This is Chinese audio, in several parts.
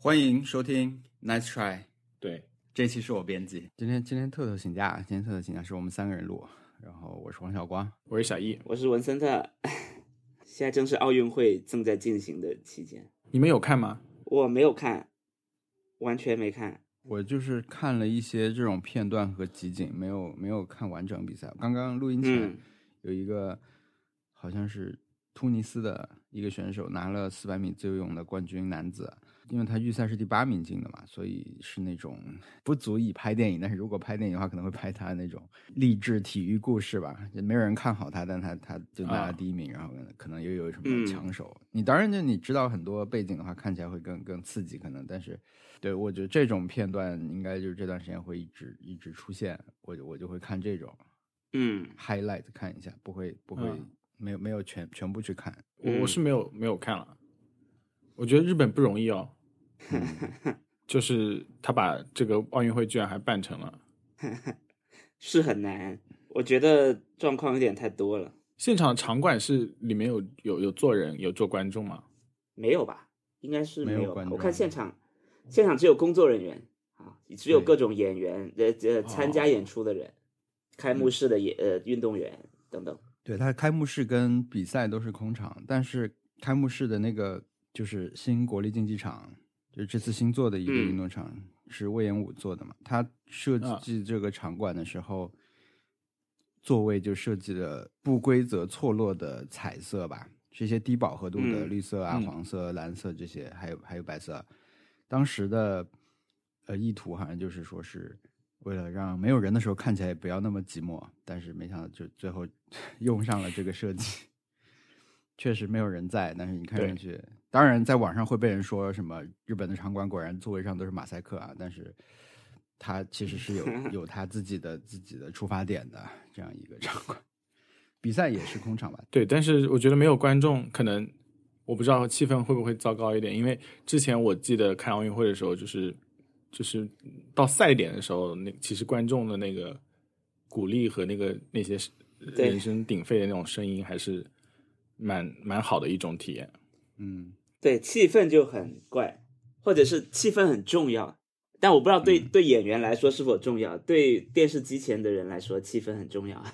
欢迎收听 Nice Try。 对， 这期是我编辑。今天特特请假，今天特特请假是我们3个人录，然后我是黄小光， 我是小易， 我是文森特。现在正是奥运会正在进行的期间。 你们有看吗？ 我没有看，完全没看。 我就是看了一些这种片段和集锦，没有看完整比赛。刚刚录音前有一个好像是突尼斯的一个选手拿了400米自由泳的冠军男子，因为他预赛是第8名进的嘛，所以是那种不足以拍电影，但是如果拍电影的话可能会拍他那种励志体育故事吧，没有人看好他，但他就拿了第1名，然后可能又有什么强手。你当然就你知道很多背景的话看起来会更刺激可能，但是对我觉得这种片段应该就是这段时间会一直出现，我就会看这种highlight 看一下，不会没有全部去看。 我是没有看了。我觉得日本不容易哦，就是他把这个奥运会居然还办成了， 是很难。我觉得状况有点太多了。 现场场馆是里面有坐人有坐观众吗？ 没有吧，应该是没有观众。 我看现场只有工作人员啊，只有各种演员参加演出的人，开幕式的运动员等等。 对，他开幕式跟比赛都是空场，但是开幕式的那个就是新国立竞技场，就是这次新做的一个运动场，是魏延武做的嘛。他设计这个场馆的时候，座位就设计了不规则错落的彩色吧，是一些低饱和度的绿色啊、黄色、蓝色这些，还有白色。当时的意图好像就是说是为了让没有人的时候看起来不要那么寂寞，但是没想到就最后用上了这个设计。确实没有人在，但是你看上去，当然在网上会被人说什么日本的场馆果然座位上都是马赛克啊，但是他其实是有他自己的出发点的这样一个场馆。比赛也是空场吧？ 对，但是我觉得没有观众，可能我不知道气氛会不会糟糕一点，因为之前我记得看奥运会的时候，就是到赛点的时候，其实观众的那个鼓励和那些人声鼎沸的那种声音还是蛮好的一种体验。 对，气氛就很怪，或者是气氛很重要，但我不知道对演员来说是否重要，对电视机前的人来说气氛很重要。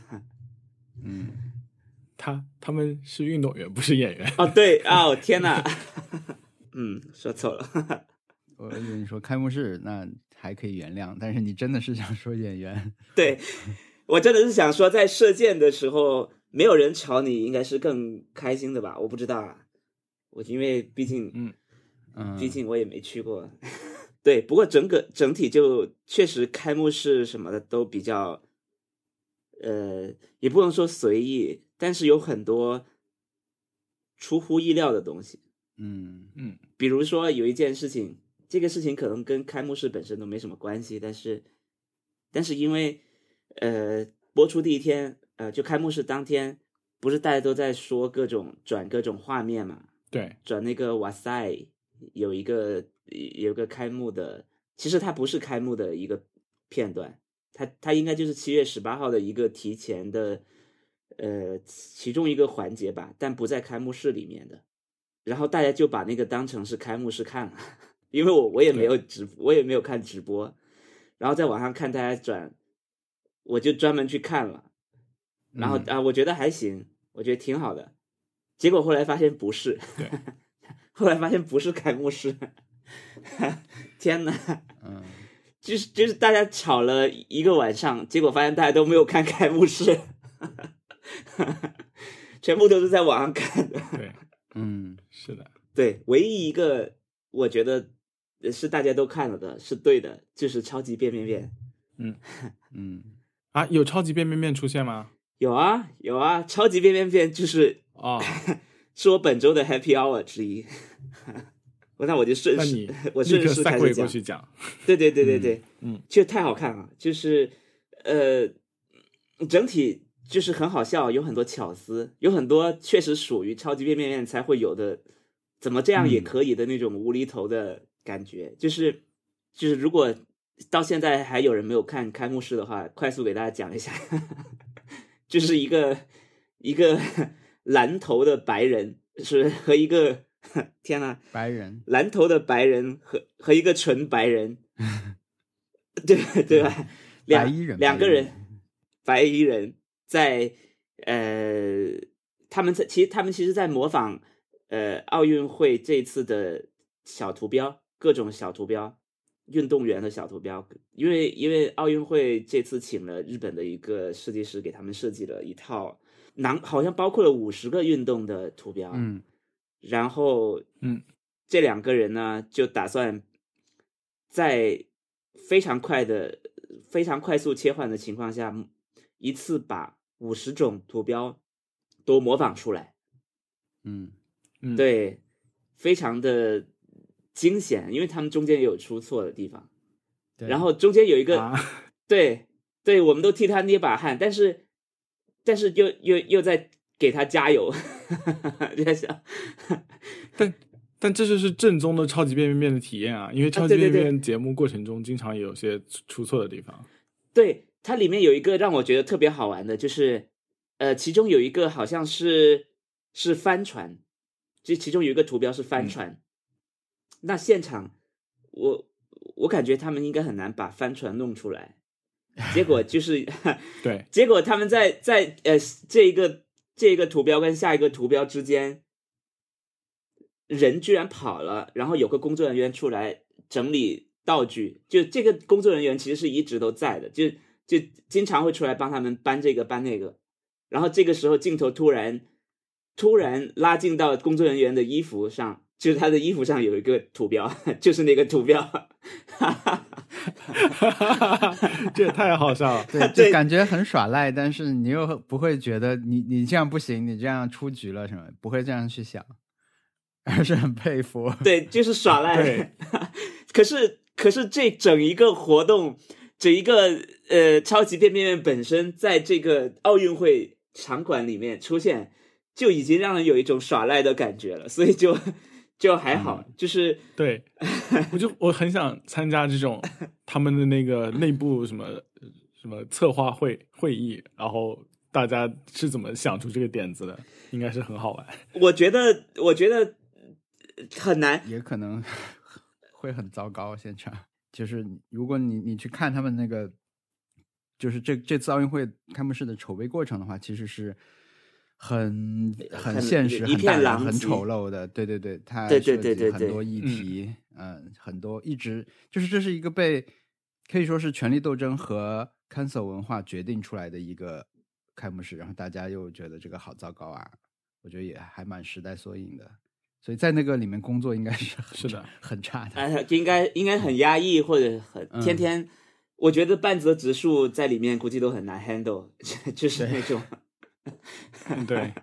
他们是运动员不是演员。 哦，对哦，天哪。说错了。 我跟你说开幕式那还可以原谅，但是你真的是想说演员？ 对，我真的是想说在射箭的时候没有人吵你应该是更开心的吧，我不知道啊，因为毕竟我也没去过。对，不过整体就确实开幕式什么的都比较也不能说随意，但是有很多出乎意料的东西。比如说有一件事情，这个事情可能跟开幕式本身都没什么关系，但是因为播出第一天就开幕式当天，不是大家都在说转各种画面嘛？ 对， 转那个哇塞，有一个开幕的，其实它不是开幕的一个片段，它应该就是7月18号的一个提前的其中一个环节吧，但不在开幕式里面的。然后大家就把那个当成是开幕式看了，因为我也没有我也没有看直播，然后在网上看大家转，我就专门去看了，然后我觉得还行，我觉得挺好的，结果后来发现不是，后来发现不是开幕式。天哪，就是大家吵了一个晚上，结果发现大家都没有看开幕式。全部都是在网上看的。 对，是的， 对，唯一一个我觉得是大家都看了的，是对的，就是超级变变变。 有超级变变变出现吗？ 有啊，超级变变变就是是我本周的 Happy Hour 之一。那我就顺势开始讲。对，就太好看了，就是整体就是很好笑，有很多巧思，有很多确实属于超级变变变才会有的，怎么这样也可以的那种无厘头的感觉。就是如果到现在还有人没有看开幕式的话，快速给大家讲一下。就是一个蓝头的白人是和一个天哪， 白人， 蓝头的白人和一个纯白人，对吧？ 白衣人， 两个人，白衣人在他们其实在模仿奥运会这一次的小图标，各种小图标，运动员的小图标，因为奥运会这次请了日本的一个设计师给他们设计了一套好像包括了50个运动的图标，然后这两个人呢就打算在非常快速切换的情况下，一次把50种图标都模仿出来。对，非常的惊险，因为他们中间也有出错的地方。然后中间有一个，对，我们都替他捏把汗，但是又在给他加油。在想， 但这就是正宗的超级变变变的体验啊！因为超级变变变节目过程中经常有些出错的地方。 对，它里面有一个让我觉得特别好玩的，就是其中有一个好像是帆船，就其中有一个图标是帆船。那现场我感觉他们应该很难把帆船弄出来，结果就是对， 结果他们在这一个图标跟下一个图标之间，人居然跑了，然后有个工作人员出来整理道具，就这个工作人员其实是一直都在的，就经常会出来帮他们搬这个搬那个，然后这个时候镜头突然拉近到工作人员的衣服上，就是他的衣服上有一个图标，就是那个图标。 这也太好笑了。 对，就感觉很耍赖，但是你又不会觉得你这样不行，你这样出局了什么，不会这样去想，而是很佩服。 对，就是耍赖。 对， 可是这整一个活动，整一个超级变变变本身在这个奥运会场馆里面出现，就已经让人有一种耍赖的感觉了，所以就还好，就是对，我很想参加这种他们的那个内部什么策划会议，然后大家是怎么想出这个点子的，应该是很好玩。 我觉得很难， 也可能会很糟糕。现场就是如果你去看他们那个，就是这次奥运会开幕式的筹备过程的话，其实是很现实、很大的、很丑陋的。对，它涉及很多议题，很多一直就是这是一个可以说是权力斗争和 cancel 文化决定出来的一个开幕式，然后大家又觉得这个好糟糕啊，我觉得也还蛮时代缩影的。所以在那个里面工作应该是的很差的， 应该很压抑，或者很天天，我觉得半泽直树在里面估计都很难 handle， 就是那种。 对，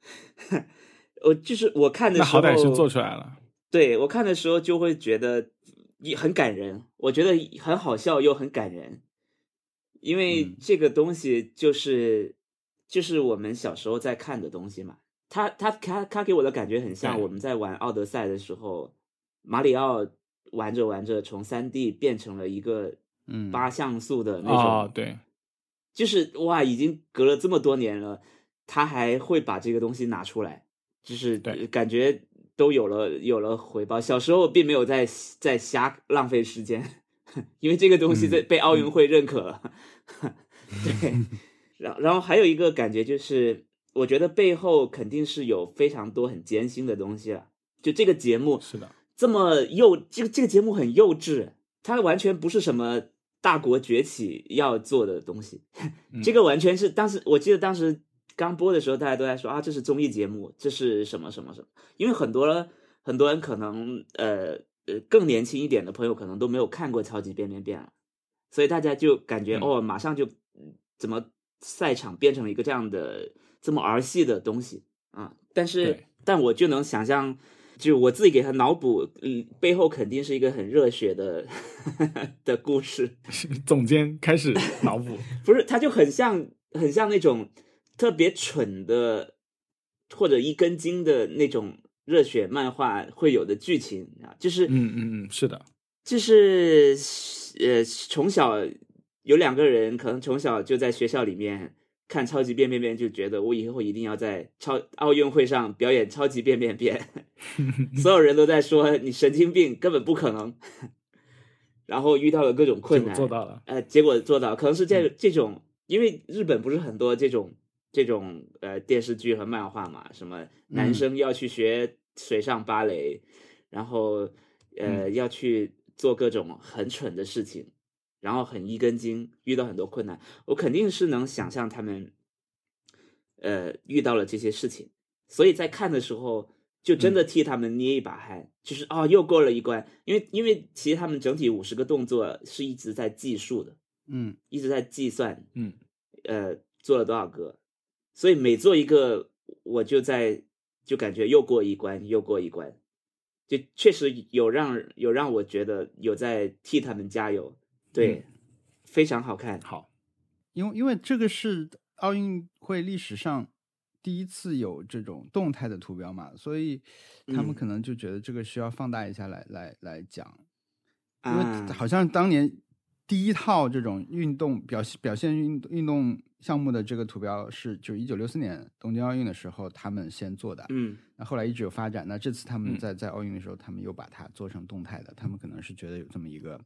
我看的时候， 那好歹是做出来了。 对，我看的时候就会觉得很感人，我觉得很好笑又很感人，因为这个东西就是我们小时候在看的东西嘛。他给我的感觉很像我们在玩奥德赛的时候，马里奥玩着玩着从3D 变成了一个8像素的那种， 对， 就是哇，已经隔了这么多年了，他还会把这个东西拿出来，就是感觉都有了回报。小时候并没有在瞎浪费时间，因为这个东西被奥运会认可了。对，然后还有一个感觉就是，我觉得背后肯定是有非常多很艰辛的东西了。就这个节目是的， 这么这个节目很幼稚，它完全不是什么大国崛起要做的东西。这个完全是我记得当时刚播的时候，大家都在说啊，这是综艺节目，这是什么什么什么。因为很多人可能更年轻一点的朋友可能都没有看过超级变变变了，所以大家就感觉马上就怎么赛场变成了一个这样的这么儿戏的东西啊。但我就能想象，就我自己给他脑补，背后肯定是一个很热血的的故事。 总监开始脑补， 不是，他就很像那种特别蠢的或者一根筋的那种热血漫画会有的剧情啊，就是是的， 就是从小有2个人可能从小就在学校里面看超级变变变就觉得我以后一定要在奥运会上表演超级变变变，所有人都在说你神经病，根本不可能。然后遇到了各种困难， 做到了， 结果做到，可能是这种，因为日本不是很多这种电视剧和漫画嘛，什么男生要去学水上芭蕾，然后要去做各种很蠢的事情，然后很一根筋，遇到很多困难，我肯定是能想象他们遇到了这些事情，所以在看的时候就真的替他们捏一把汗，就是又过了一关，因为其实他们整体50个动作是一直在计数的，一直在计算，做了多少个，所以每做一个我就感觉又过一关又过一关，就确实有让我觉得有在替他们加油，对，非常好看。 好， 因为这个是奥运会历史上第一次有这种动态的图标嘛，所以他们可能就觉得这个需要放大一下来讲，因为好像当年第一套这种运动表现运动项目的这个图标是就1964年东京奥运的时候他们先做的，那后来一直有发展，那这次他们在奥运的时候他们又把它做成动态的，他们可能是觉得有这么一个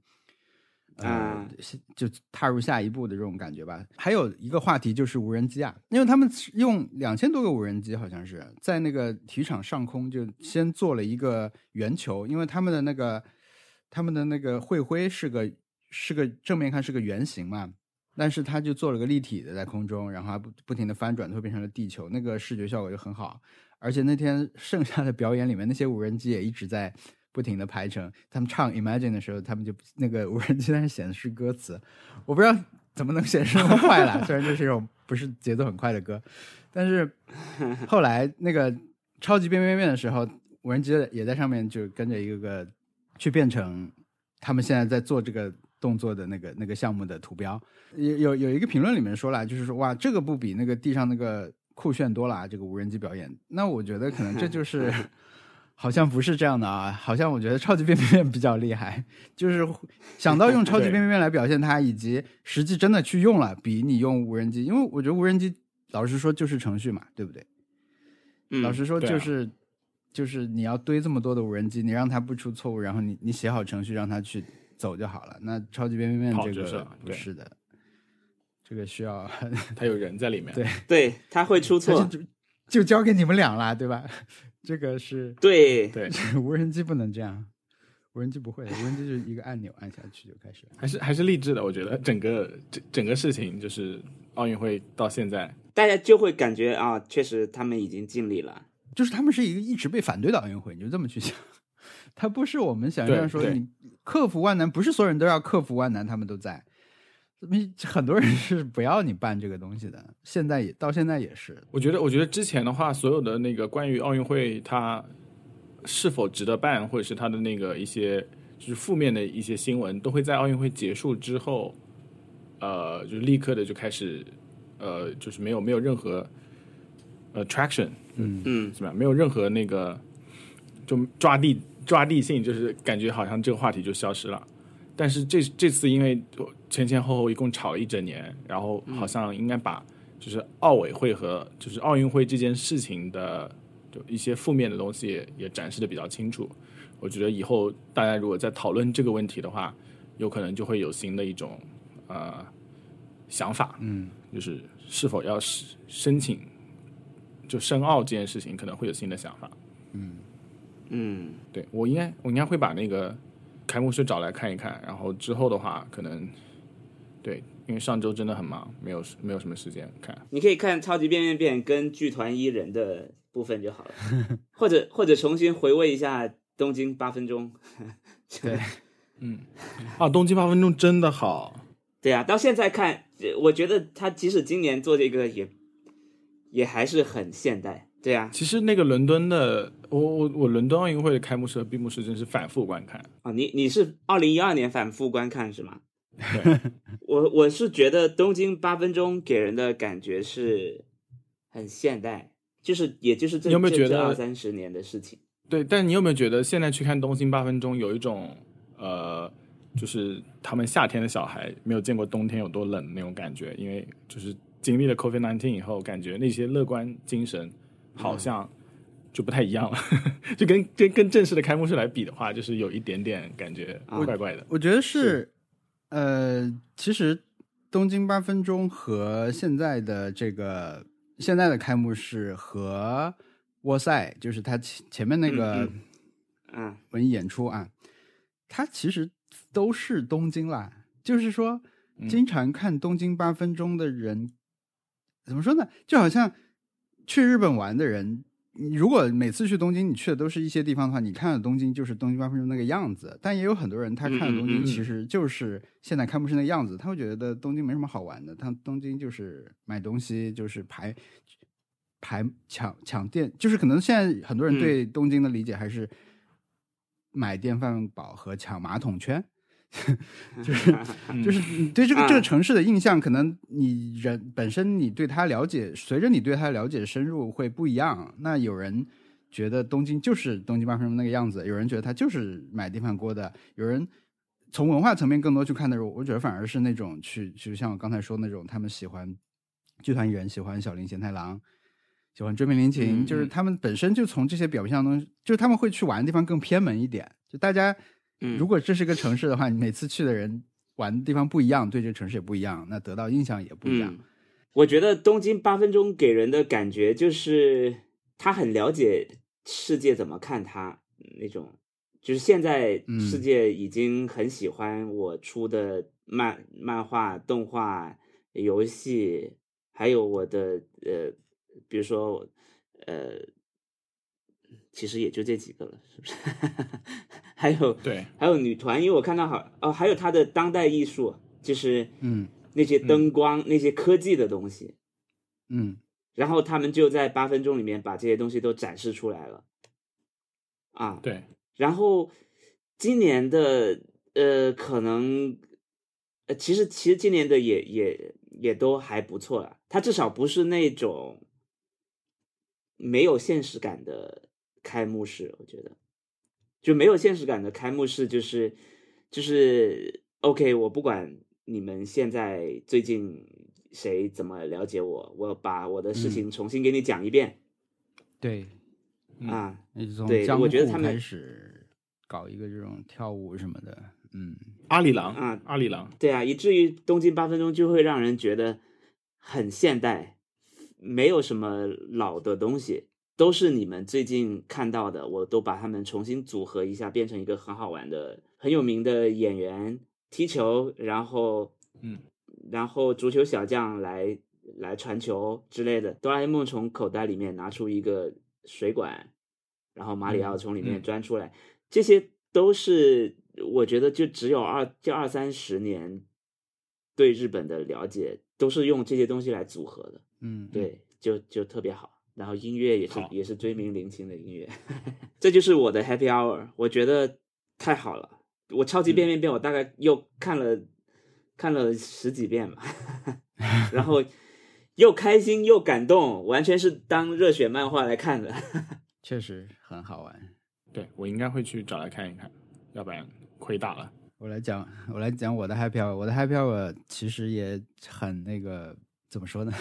就踏入下一步的这种感觉吧。还有一个话题就是无人机啊，因为他们用2000多个无人机，好像是在那个体育场上空就先做了一个圆球，因为他们的那个会徽是个正面看是个圆形嘛，但是他就做了个立体的在空中，然后还不停的翻转，会变成了地球，那个视觉效果就很好。而且那天剩下的表演里面，那些无人机也一直在不停的排成，他们唱 Imagine 的时候，他们就那个无人机在显示歌词，我不知道怎么能显示那么快啦，虽然这是一种不是节奏很快的歌，但是后来那个超级变变变的时候，无人机也在上面就跟着一个个去变成他们现在在做这个动作的那个项目的图标。有一个评论里面说了，就是说哇，这个不比那个地上那个酷炫多了，这个无人机表演。那我觉得可能这就是好像不是这样的啊，好像我觉得超级变变变比较厉害，就是想到用超级变变变来表现它，以及实际真的去用了，比你用无人机，因为我觉得无人机老实说就是程序嘛，对不对？老实说就是你要堆这么多的无人机，你让它不出错误，然后你写好程序让它去走就好了。那超级变变变这个不是的，这个需要它有人在里面， 对，它会出错， 就交给你们俩啦，对吧？这个是对， 无人机不能这样，无人机不会，无人机就是一个按钮按下去就开始了。 还是励志的，我觉得整个事情就是奥运会到现在， 大家就会感觉啊，确实他们已经尽力了。 就是他们是一个一直被反对的奥运会，你就这么去想，它不是我们想象说你克服万难，不是所有人都要克服万难，他们都在。很多人是不要你办这个东西的，到现在也是。 我觉得之前的话，所有的那个关于奥运会它是否值得办，或者是它的那个一些就是负面的一些新闻，都会在奥运会结束之后，就立刻的就开始，就是没有任何traction， 是吧？没有任何那个就抓地性，就是感觉好像这个话题就消失了。但是这次因为前后一共吵了一整年，然后好像应该把就是奥委会和就是奥运会这件事情的就一些负面的东西也展示的比较清楚。我觉得以后大家如果在讨论这个问题的话，有可能就会有新的一种想法，就是是否要申请就申奥这件事情，可能会有新的想法。对，我应该会把那个开幕式找来看一看，然后之后的话可能对，因为上周真的很忙，没有什么时间看。 你可以看超级变变变跟剧团一人的部分就好了，或者重新回味一下东京8分钟。 对， 东京8分钟真的好。 对啊，到现在看，我觉得他即使今年做这个也还是很现代。对啊， 其实那个伦敦的我伦敦奥运会的开幕式和闭幕式真是反复观看。 你是2012年反复观看是吗？对，我是觉得东京8分钟给人的感觉是很现代，也就是这20-30年的事情。 对，但你有没有觉得现在去看东京8分钟有一种就是他们夏天的小孩没有见过冬天有多冷的那种感觉？因为就是经历了 COVID-19 以后，感觉那些乐观精神好像就不太一样了，就跟正式的开幕式来比的话，就是有一点点感觉怪怪的。 我觉得是其实东京8分钟和现在的开幕式和沃赛，就是他前面那个文艺演出啊，它其实都是东京啦。就是说，经常看东京8分钟的人，怎么说呢？就好像去日本玩的人，如果每次去东京，你去的都是一些地方的话，你看的东京就是东京8分钟那个样子。但也有很多人，他看的东京其实就是现在开幕式那个样子，他会觉得东京没什么好玩的。他东京就是买东西，就是抢店，就是可能现在很多人对东京的理解还是买电饭煲和抢马桶圈。就是你对这个城市的印象，可能你人本身你对它了解，随着你对它了解深入会不一样。那有人觉得东京就是东京8分钟那个样子，有人觉得它就是买电饭锅的，有人从文化层面更多去看的时候，我觉得反而是那种去像我刚才说那种，他们喜欢剧团艺人，喜欢小林贤太郎，喜欢追名林檎，就是他们本身就从这些表面上的东西，就是他们会去玩的地方更偏门一点，就大家。如果这是个城市的话，你每次去的人玩的地方不一样，对这个城市也不一样，那得到印象也不一样。 我觉得东京8分钟给人的感觉就是他很了解世界怎么看他那种，就是现在世界已经很喜欢我出的漫画、动画、游戏，还有我的比如说其实也就这几个了，是不是？还有女团，因为我看到还有他的当代艺术，就是那些灯光、那些科技的东西，然后他们就在8分钟里面把这些东西都展示出来了，啊， 对。 然后今年的可能其实今年的也都还不错了，它至少不是那种没有现实感的开幕式，我觉得就没有现实感的开幕式就是 OK， 我不管你们现在最近谁怎么了解我把我的事情重新给你讲一遍。 对啊， 对， 我觉得他们开始搞一个这种跳舞什么的， 阿里郎， 对啊，以至于东京8分钟就会让人觉得很现代，没有什么老的东西，都是你们最近看到的，我都把他们重新组合一下，变成一个很好玩的、很有名的演员踢球，然后足球小将来传球之类的。哆啦 A 梦从口袋里面拿出一个水管，然后马里奥从里面钻出来，这些都是我觉得就只有20-30年对日本的了解都是用这些东西来组合的，对，就特别好。然后音乐也是追名林檎的音乐，这就是我的 Happy Hour， 我觉得太好了。我超级变我大概又看了10几遍吧，然后又开心又感动，完全是当热血漫画来看的， 确实很好玩。 对，我应该会去找来看一看，要不然亏大了。 我来讲我的 Happy Hour， 我的 Happy Hour 其实也很那个怎么说呢？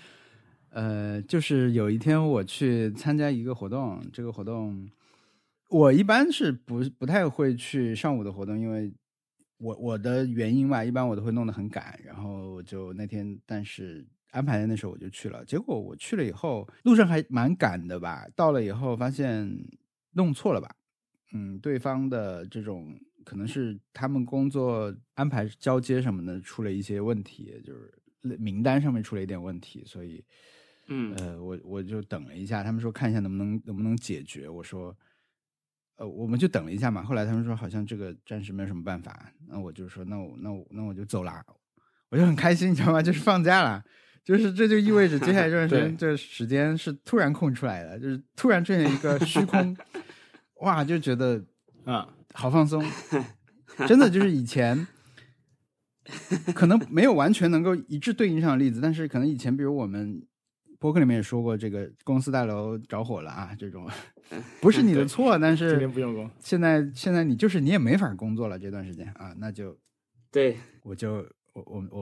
就是有一天我去参加一个活动，这个活动我一般是不太会去上午的活动，因为我的原因吧，一般我都会弄得很赶，然后我就那天但是安排的那时候我就去了，结果我去了以后路上还蛮赶的吧，到了以后发现弄错了吧，对方的这种可能是他们工作安排交接什么的出了一些问题，就是名单上面出了一点问题，所以我就等了一下，他们说看一下能不能解决，我说我们就等了一下嘛，后来他们说好像这个暂时没有什么办法，那我就说那我就走了，我就很开心，你知道吗？就是放假了，就是这就意味着接下来这段时间这时间是突然空出来的，就是突然出现一个虚空，哇，就觉得好放松，真的就是以前可能没有完全能够一致对应上的例子，但是可能以前比如我们播客里面也说过，这个公司大楼着火了啊，这种不是你的错，但是今天不用工， 现在你也没法工作了这段时间啊，那就对， 我们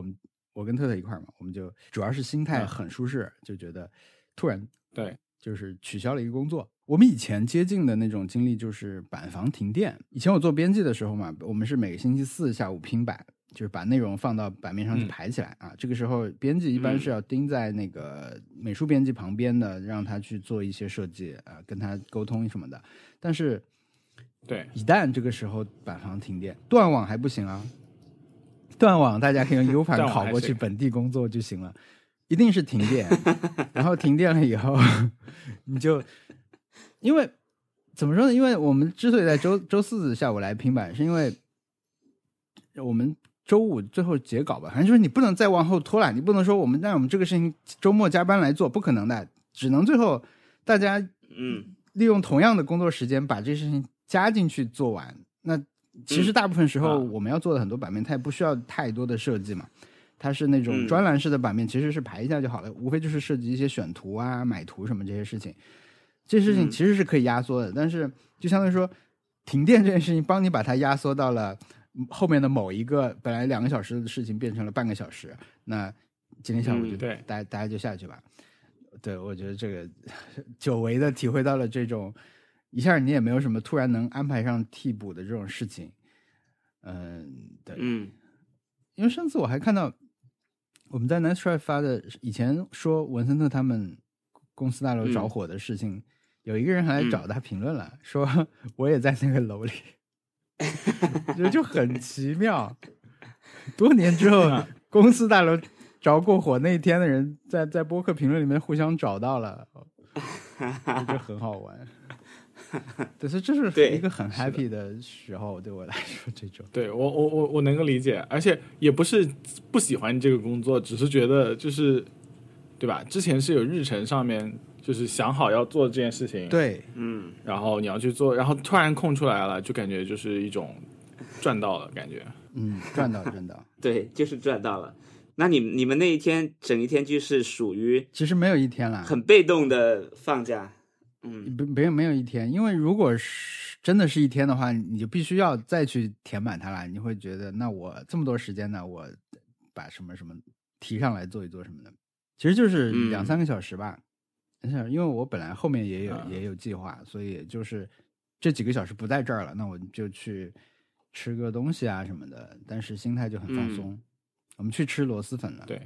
我跟特特一块嘛，我们就主要是心态很舒适，就觉得突然对， 就是取消了一个工作。我们以前接近的那种经历就是板房停电。以前我做编辑的时候嘛，我们是每个星期四下午拼版，就是把内容放到版面上去排起来啊。这个时候编辑一般是要盯在那个美术编辑旁边的，让他去做一些设计啊，跟他沟通什么的。但是对， 一旦这个时候板房停电，断网还不行啊。断网大家可以用 U 盘拷过去本地工作就行了，一定是停电。然后停电了以后，你就因为怎么说呢？因为我们之所以在周四下午来拼版，是因为我们周五最后截稿吧，反正就是你不能再往后拖了，你不能说让我们这个事情周末加班来做，不可能的，只能最后大家利用同样的工作时间把这事情加进去做完。那其实大部分时候我们要做的很多版面，它也不需要太多的设计嘛，它是那种专栏式的版面，其实是排一下就好了，无非就是设计一些选图啊、买图什么这些事情。这些事情其实是可以压缩的，但是就相当于说停电这件事情帮你把它压缩到了后面的某一个本来2个小时的事情变成了半个小时，那今天下午就大家就下去吧。对，我觉得这个久违的体会到了这种一下你也没有什么突然能安排上替补的这种事情。对，因为上次我还看到我们在 Nice Try 发的以前说文森特他们公司大楼着火的事情，有一个人还来找他评论了，说我也在那个楼里。我觉得就很奇妙，多年之后公司大楼着过火那一天的人在播客评论里面互相找到了，我觉得很好玩。对，所以这是一个很 happy 的时候，对我来说这种。 对，我能够理解，而且也不是不喜欢这个工作，只是觉得就是对吧？之前是有日程上面就是想好要做这件事情， 对， 然后你要去做，然后突然空出来了，就感觉就是一种赚到了感觉， 赚到， 对，就是赚到了。那你们那一天整一天就是属于其实没有一天啦， 很被动的放假。 没有一天，因为如果是真的是一天的话，你就必须要再去填满它了。你会觉得，那我这么多时间呢，我把什么什么提上来做一做什么的，其实就是2-3个小时吧。因为我本来后面也有计划，所以就是这几个小时不在这儿了，那我就去吃个东西啊什么的，但是心态就很放松。我们去吃螺蛳粉了， 对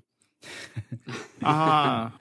啊。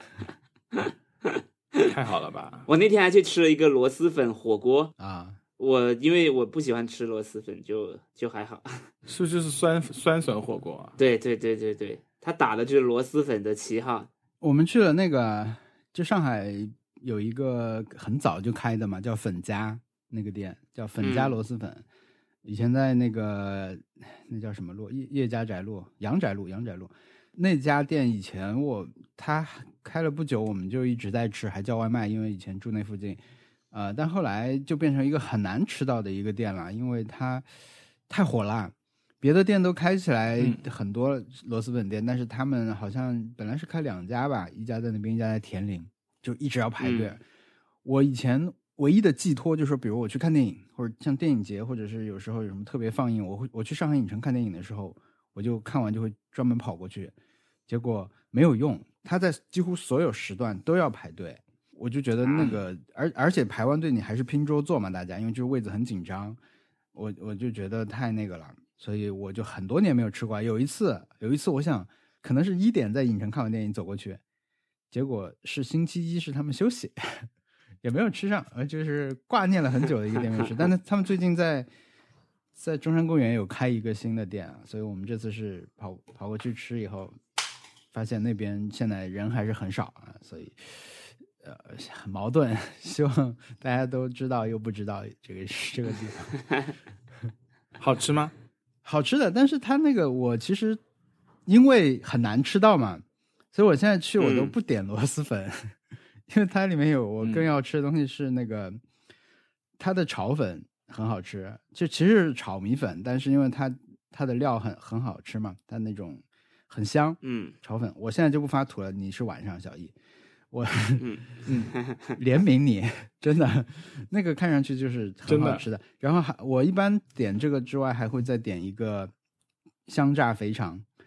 太好了吧！ 我那天还去吃了一个螺蛳粉火锅啊， 因为我不喜欢吃螺蛳粉，就还好。 是不是酸笋火锅啊？ 对，他打的就是螺蛳粉的旗号。 我们去了那个，就上海有一个很早就开的嘛，叫粉家，那个店叫粉家螺蛳粉。以前在那个那叫什么路，叶家宅路、杨宅路那家店，以前他开了不久，我们就一直在吃，还叫外卖，因为以前住那附近。但后来就变成一个很难吃到的一个店了，因为它太火了。别的店都开起来很多螺蛳粉店，但是他们好像本来是开2家吧，一家在那边，一家在田陵，就一直要排队。我以前唯一的寄托就是说，比如我去看电影，或者像电影节，或者是有时候有什么特别放映，我去上海影城看电影的时候，我就看完就会专门跑过去，结果没有用，他在几乎所有时段都要排队。我就觉得那个而且排完队你还是拼桌坐嘛，大家因为就是位子很紧张，我就觉得太那个了，所以我就很多年没有吃过。有一次我想可能是1点在影城看完电影走过去，结果是星期一，是他们休息，也没有吃上，就是挂念了很久的一个店没吃。但是他们最近在中山公园有开一个新的店啊，所以我们这次是跑过去吃以后，发现那边现在人还是很少啊，所以很矛盾，希望大家都知道又不知道这个地方。 好吃吗？ 好吃的，但是它那个我其实因为很难吃到嘛，所以我现在去我都不点螺蛳粉，因为它里面有我更要吃的东西是那个它的炒粉很好吃，就其实是炒米粉，但是因为它的料很好吃嘛，它那种很香，炒粉。我现在就不发图了，你是晚上小易。我怜悯你，真的，那个看上去就是很好吃的。然后我一般点这个之外，还会再点一个香炸肥肠，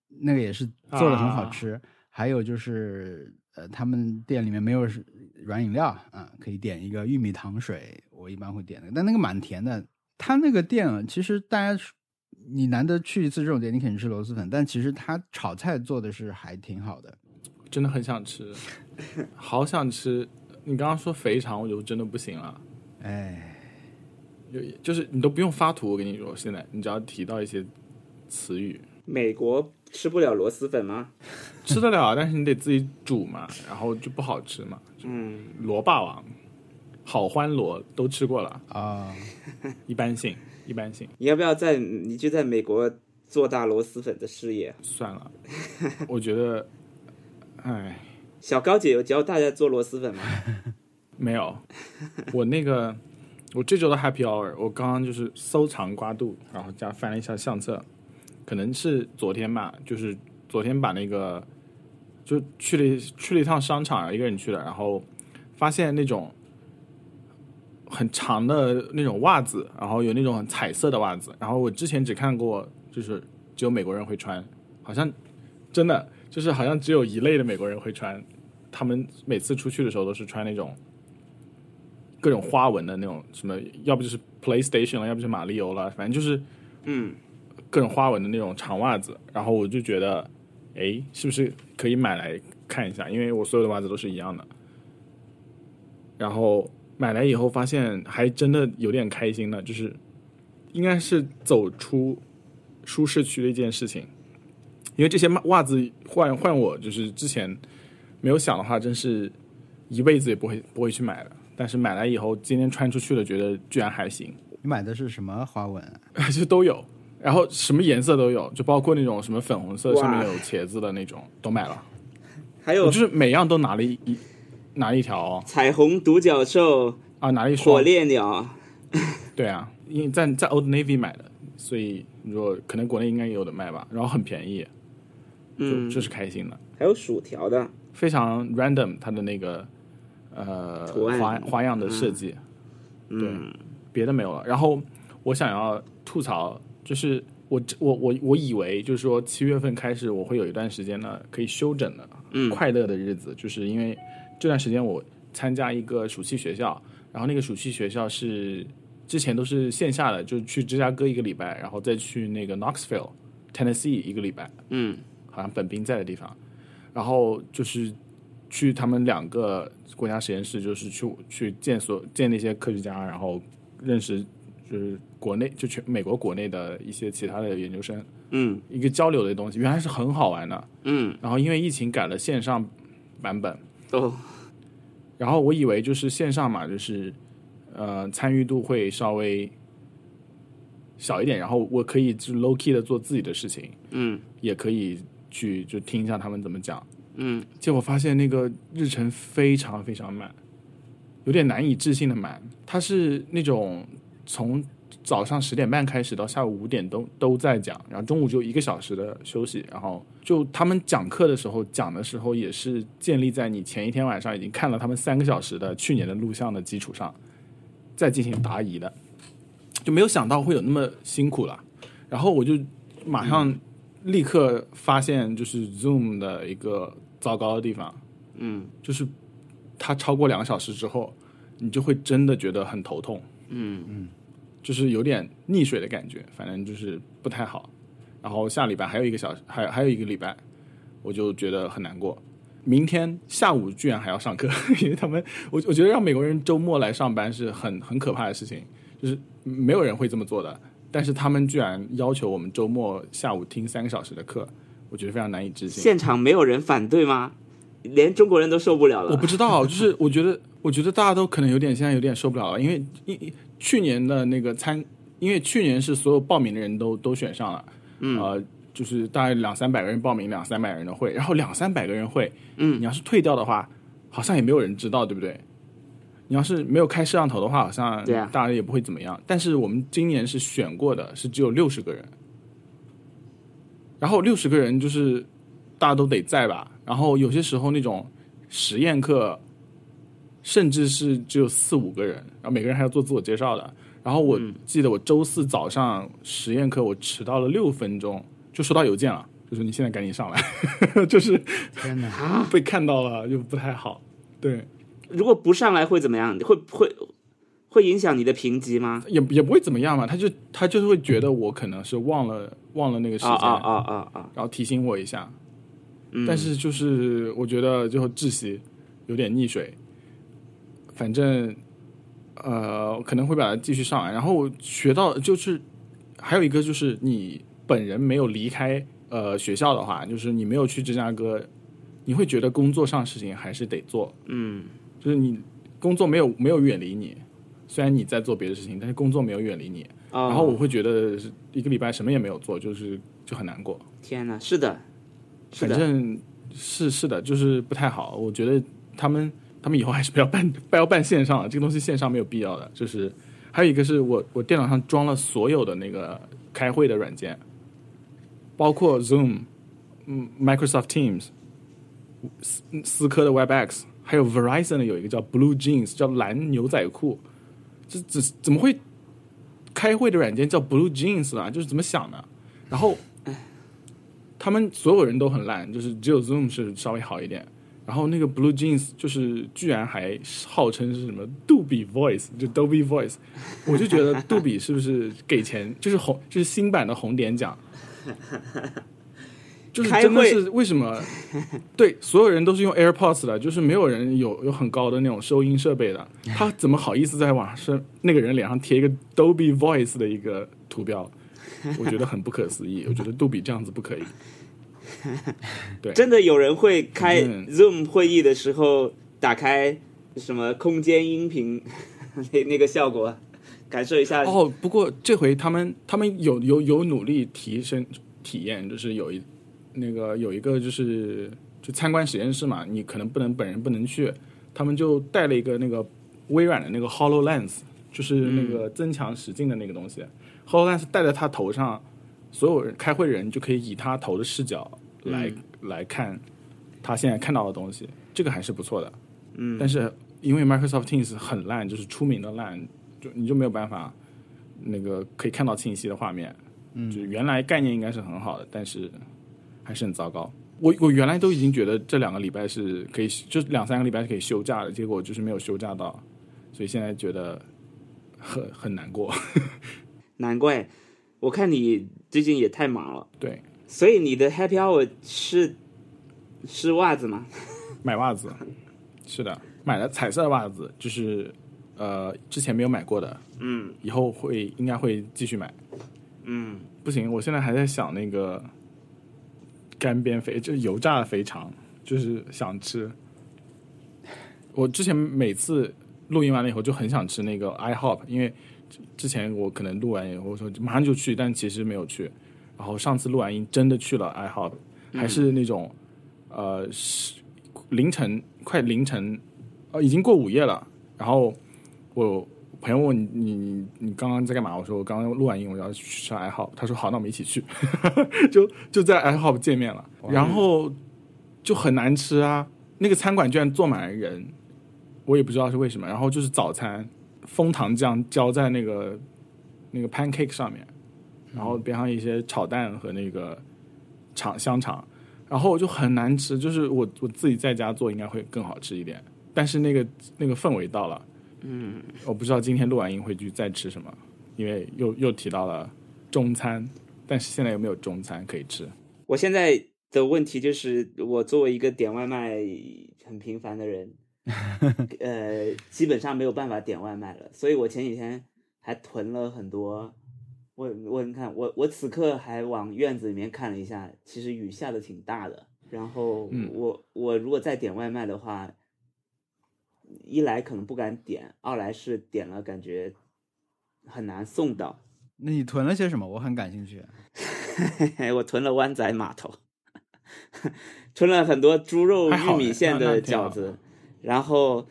那个也是做的很好吃。还有就是他们店里面没有软饮料啊，可以点一个玉米糖水，我一般会点那个，但那个蛮甜的。他那个店啊，其实大家你难得去一次这种店，你肯定吃螺蛳粉，但其实他炒菜做的是还挺好的， 真的很想吃，好想吃。你刚刚说肥肠，我就真的不行了。 哎， 就是你都不用发图，我跟你说，现在你只要提到一些词语。 美国吃不了螺蛳粉吗？ 吃得了，但是你得自己煮嘛，然后就不好吃嘛。螺霸王、好欢螺都吃过了啊， 一般性。 你要不要你就在美国做大螺蛳粉的事业？ 算了，我觉得，哎， 小高姐有教大家做螺蛳粉吗？ 没有，我这周的 Happy Hour， 我刚刚就是搜肠刮肚，然后加翻了一下相册，可能是昨天吧，就是昨天把那个就去了一趟商场，一个人去的，然后发现那种很长的那种袜子，然后有那种很彩色的袜子，然后我之前只看过，就是只有美国人会穿，好像真的就是好像只有一类的美国人会穿，他们每次出去的时候都是穿那种各种花纹的那种，什么要不就是 PlayStation 了，要不就是马里欧了，反正就是各种花纹的那种长袜子，然后我就觉得是不是可以买来看一下，因为我所有的袜子都是一样的，然后买来以后发现还真的有点开心的，就是应该是走出舒适区的一件事情，因为这些袜子换我就是之前没有想的话，真是一辈子也不会去买的，但是买来以后今天穿出去了，觉得居然还行。 你买的是什么花纹啊？ 就都有，然后什么颜色都有，就包括那种什么粉红色上面有茄子的那种都买了， 还有我就是每样都拿了一条彩虹独角兽啊，拿了一双火烈鸟。 对啊，因为在 Old Navy 买的，所以你说可能国内应该也有的卖吧，然后很便宜，就是开心的。 还有薯条的， 非常 random， 它的那个图案花样的设计，对，别的没有了。然后我想要吐槽，就是我以为就是说7月份开始我会有一段时间呢可以休整的，快乐的日子，就是因为这段时间我参加一个暑期学校，然后那个暑期学校是之前都是线下的，就去芝加哥1个礼拜，然后再去那个 Knoxville Tennessee 1个礼拜，好像本兵在的地方，然后就是去他们2个国家实验室，就是去见那些科学家，然后认识就是国内就美国国内的一些其他的研究生，一个交流的东西，原来是很好玩的，然后因为疫情改了线上版本，然后我以为就是线上嘛，就是参与度会稍微小一点，然后我可以就 low key 的做自己的事情，也可以去就听一下他们怎么讲，结果发现那个日程非常非常满，有点难以置信的满，它是那种从早上10点半开始到下午5点都在讲，然后中午就1个小时的休息，然后就他们讲课的时候讲的时候也是建立在你前一天晚上已经看了他们3个小时的去年的录像的基础上再进行答疑的，就没有想到会有那么辛苦了。然后我就马上立刻发现就是 Zoom 的一个糟糕的地方，就是它超过2个小时之后你就会真的觉得很头痛，就是有点溺水的感觉，反正就是不太好。然后下礼拜还有1个小时，还有1个礼拜，我就觉得很难过。明天下午居然还要上课，因为他们，我觉得让美国人周末来上班是很可怕的事情，就是没有人会这么做的。但是他们居然要求我们周末下午听3个小时的课，我觉得非常难以置信。 现场没有人反对吗？连中国人都受不了了。 我不知道，就是我觉得大家都可能现在有点受不了了，因为去年的那个因为去年是所有报名的人都选上了，就是大概200-300个人报名200-300个人的会，然后200-300个人会，你要是退掉的话，好像也没有人知道，对不对？你要是没有开摄像头的话，好像大家也不会怎么样。但是我们今年是选过的，是只有60个人，然后60个人就是大家都得在吧，然后有些时候那种实验课甚至是只有4-5个人，然后每个人还要做自我介绍的。然后我记得我周4早上实验课我迟到了6分钟就收到邮件了， 就是你现在赶紧上来，就是天哪， 被看到了就不太好。对， 如果不上来会怎么样？会影响你的评级吗？ 也不会怎么样嘛，他就是会觉得我可能是忘了那个时间然后提醒我一下。但是就是我觉得最后窒息，有点溺水，反正可能会把它继续上来。然后学到就是还有一个就是你本人没有离开学校的话，就是你没有去芝加哥，你会觉得工作上事情还是得做，就是你工作没有远离你，虽然你在做别的事情，但是工作没有远离你。然后我会觉得一个礼拜什么也没有做，就很难过。 天哪，是的， 反正是的，就是不太好。我觉得他们以后还是不要办线上了，这个东西线上没有必要的。就是还有一个是我电脑上装了所有的那个开会的软件，包括 Zoom、Microsoft Teams、思科的 WebEx， 还有 Verizon 的有一个叫 Blue Jeans， 叫蓝牛仔裤。这怎么会开会的软件叫 Blue Jeans 啊？就是怎么想的？然后他们所有人都很烂，就是只有 Zoom 是稍微好一点。然后那个 Blue Jeans 就是居然还号称是什么杜比 Voice， 就 Dolby Voice， 我就觉得杜比是不是给钱？就是新版的红点奖，就是真的是为什么？对，所有人都是用 AirPods 的，就是没有人有很高的那种收音设备的，他怎么好意思在网上那个人脸上贴一个 Dolby Voice 的一个图标？我觉得很不可思议，我觉得杜比这样子不可以。对， 真的有人会开 Zoom 会议的时候打开什么空间音频那个效果，感受一下。 不过这回他们有努力提升体验，就是有一个就参观实验室嘛，你可能本人不能去，他们就带了一个那个微软的那个 HoloLens， 就是那个增强实境的那个东西。HoloLens 戴在他头上，所有人开会的人就可以以他头的视角来看他现在看到的东西，这个还是不错的。但是因为 Microsoft Teams 很烂，就是出名的烂，你就没有办法那个可以看到清晰的画面。就原来概念应该是很好的，但是还是很糟糕。我原来都已经觉得这2个礼拜是可以，就2-3个礼拜是可以休假的，结果就是没有休假到，所以现在觉得很难过。 难怪，我看你最近也太忙了。 对， 所以你的 Happy Hour 是袜子吗？ 买袜子，是的，买了彩色袜子，就是之前没有买过的，以后应该会继续买。不行，我现在还在想那个干煸肥，就是油炸的肥肠，就是想吃。我之前每次录音完了以后就很想吃那个 IHOP， 因为之前我可能录完以后说马上就去，但其实没有去。然后上次录完音真的去了 IHOP， 还是那种快凌晨，已经过午夜了。然后我朋友问你刚刚在干嘛？我说我刚刚录完音，我要去吃 IHOP。他说好，那我们一起去。就在 IHOP 见面了，然后就很难吃啊！那个餐馆居然坐满了人，我也不知道是为什么。然后就是早餐，枫糖酱浇在那个 pancake 上面，然后边上一些炒蛋和那个香肠，然后就很难吃。就是我自己在家做应该会更好吃一点，但是那个氛围到了。我不知道今天录完音会去再吃什么，因为又提到了中餐，但是现在有没有中餐可以吃？ 我现在的问题就是，我作为一个点外卖很频繁的人，基本上没有办法点外卖了，所以我前几天还囤了很多。你看，我此刻还往院子里面看了一下，其实雨下的挺大的。然后我如果再点外卖的话，一来可能不敢点，二来是点了感觉很难送到。 那你囤了些什么？我很感兴趣。 我囤了湾仔码头，囤了很多猪肉玉米馅的饺子，然后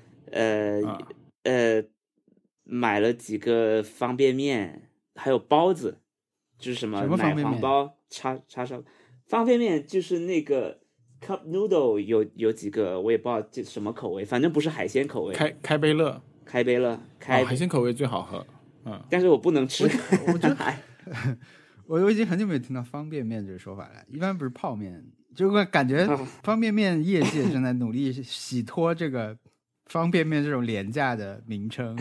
买了几个方便面，还有包子，就是什么奶黄包、叉烧。方便面就是那个 cup noodle 有几个，我也不知道这什么口味，反正不是海鲜口味。 开杯乐， 海鲜口味最好喝。 嗯， 但是我不能吃。 我已经很久没有听到方便面这个说法了，一般不是泡面，就会感觉方便面业界正在努力洗脱这个方便面这种廉价的名称。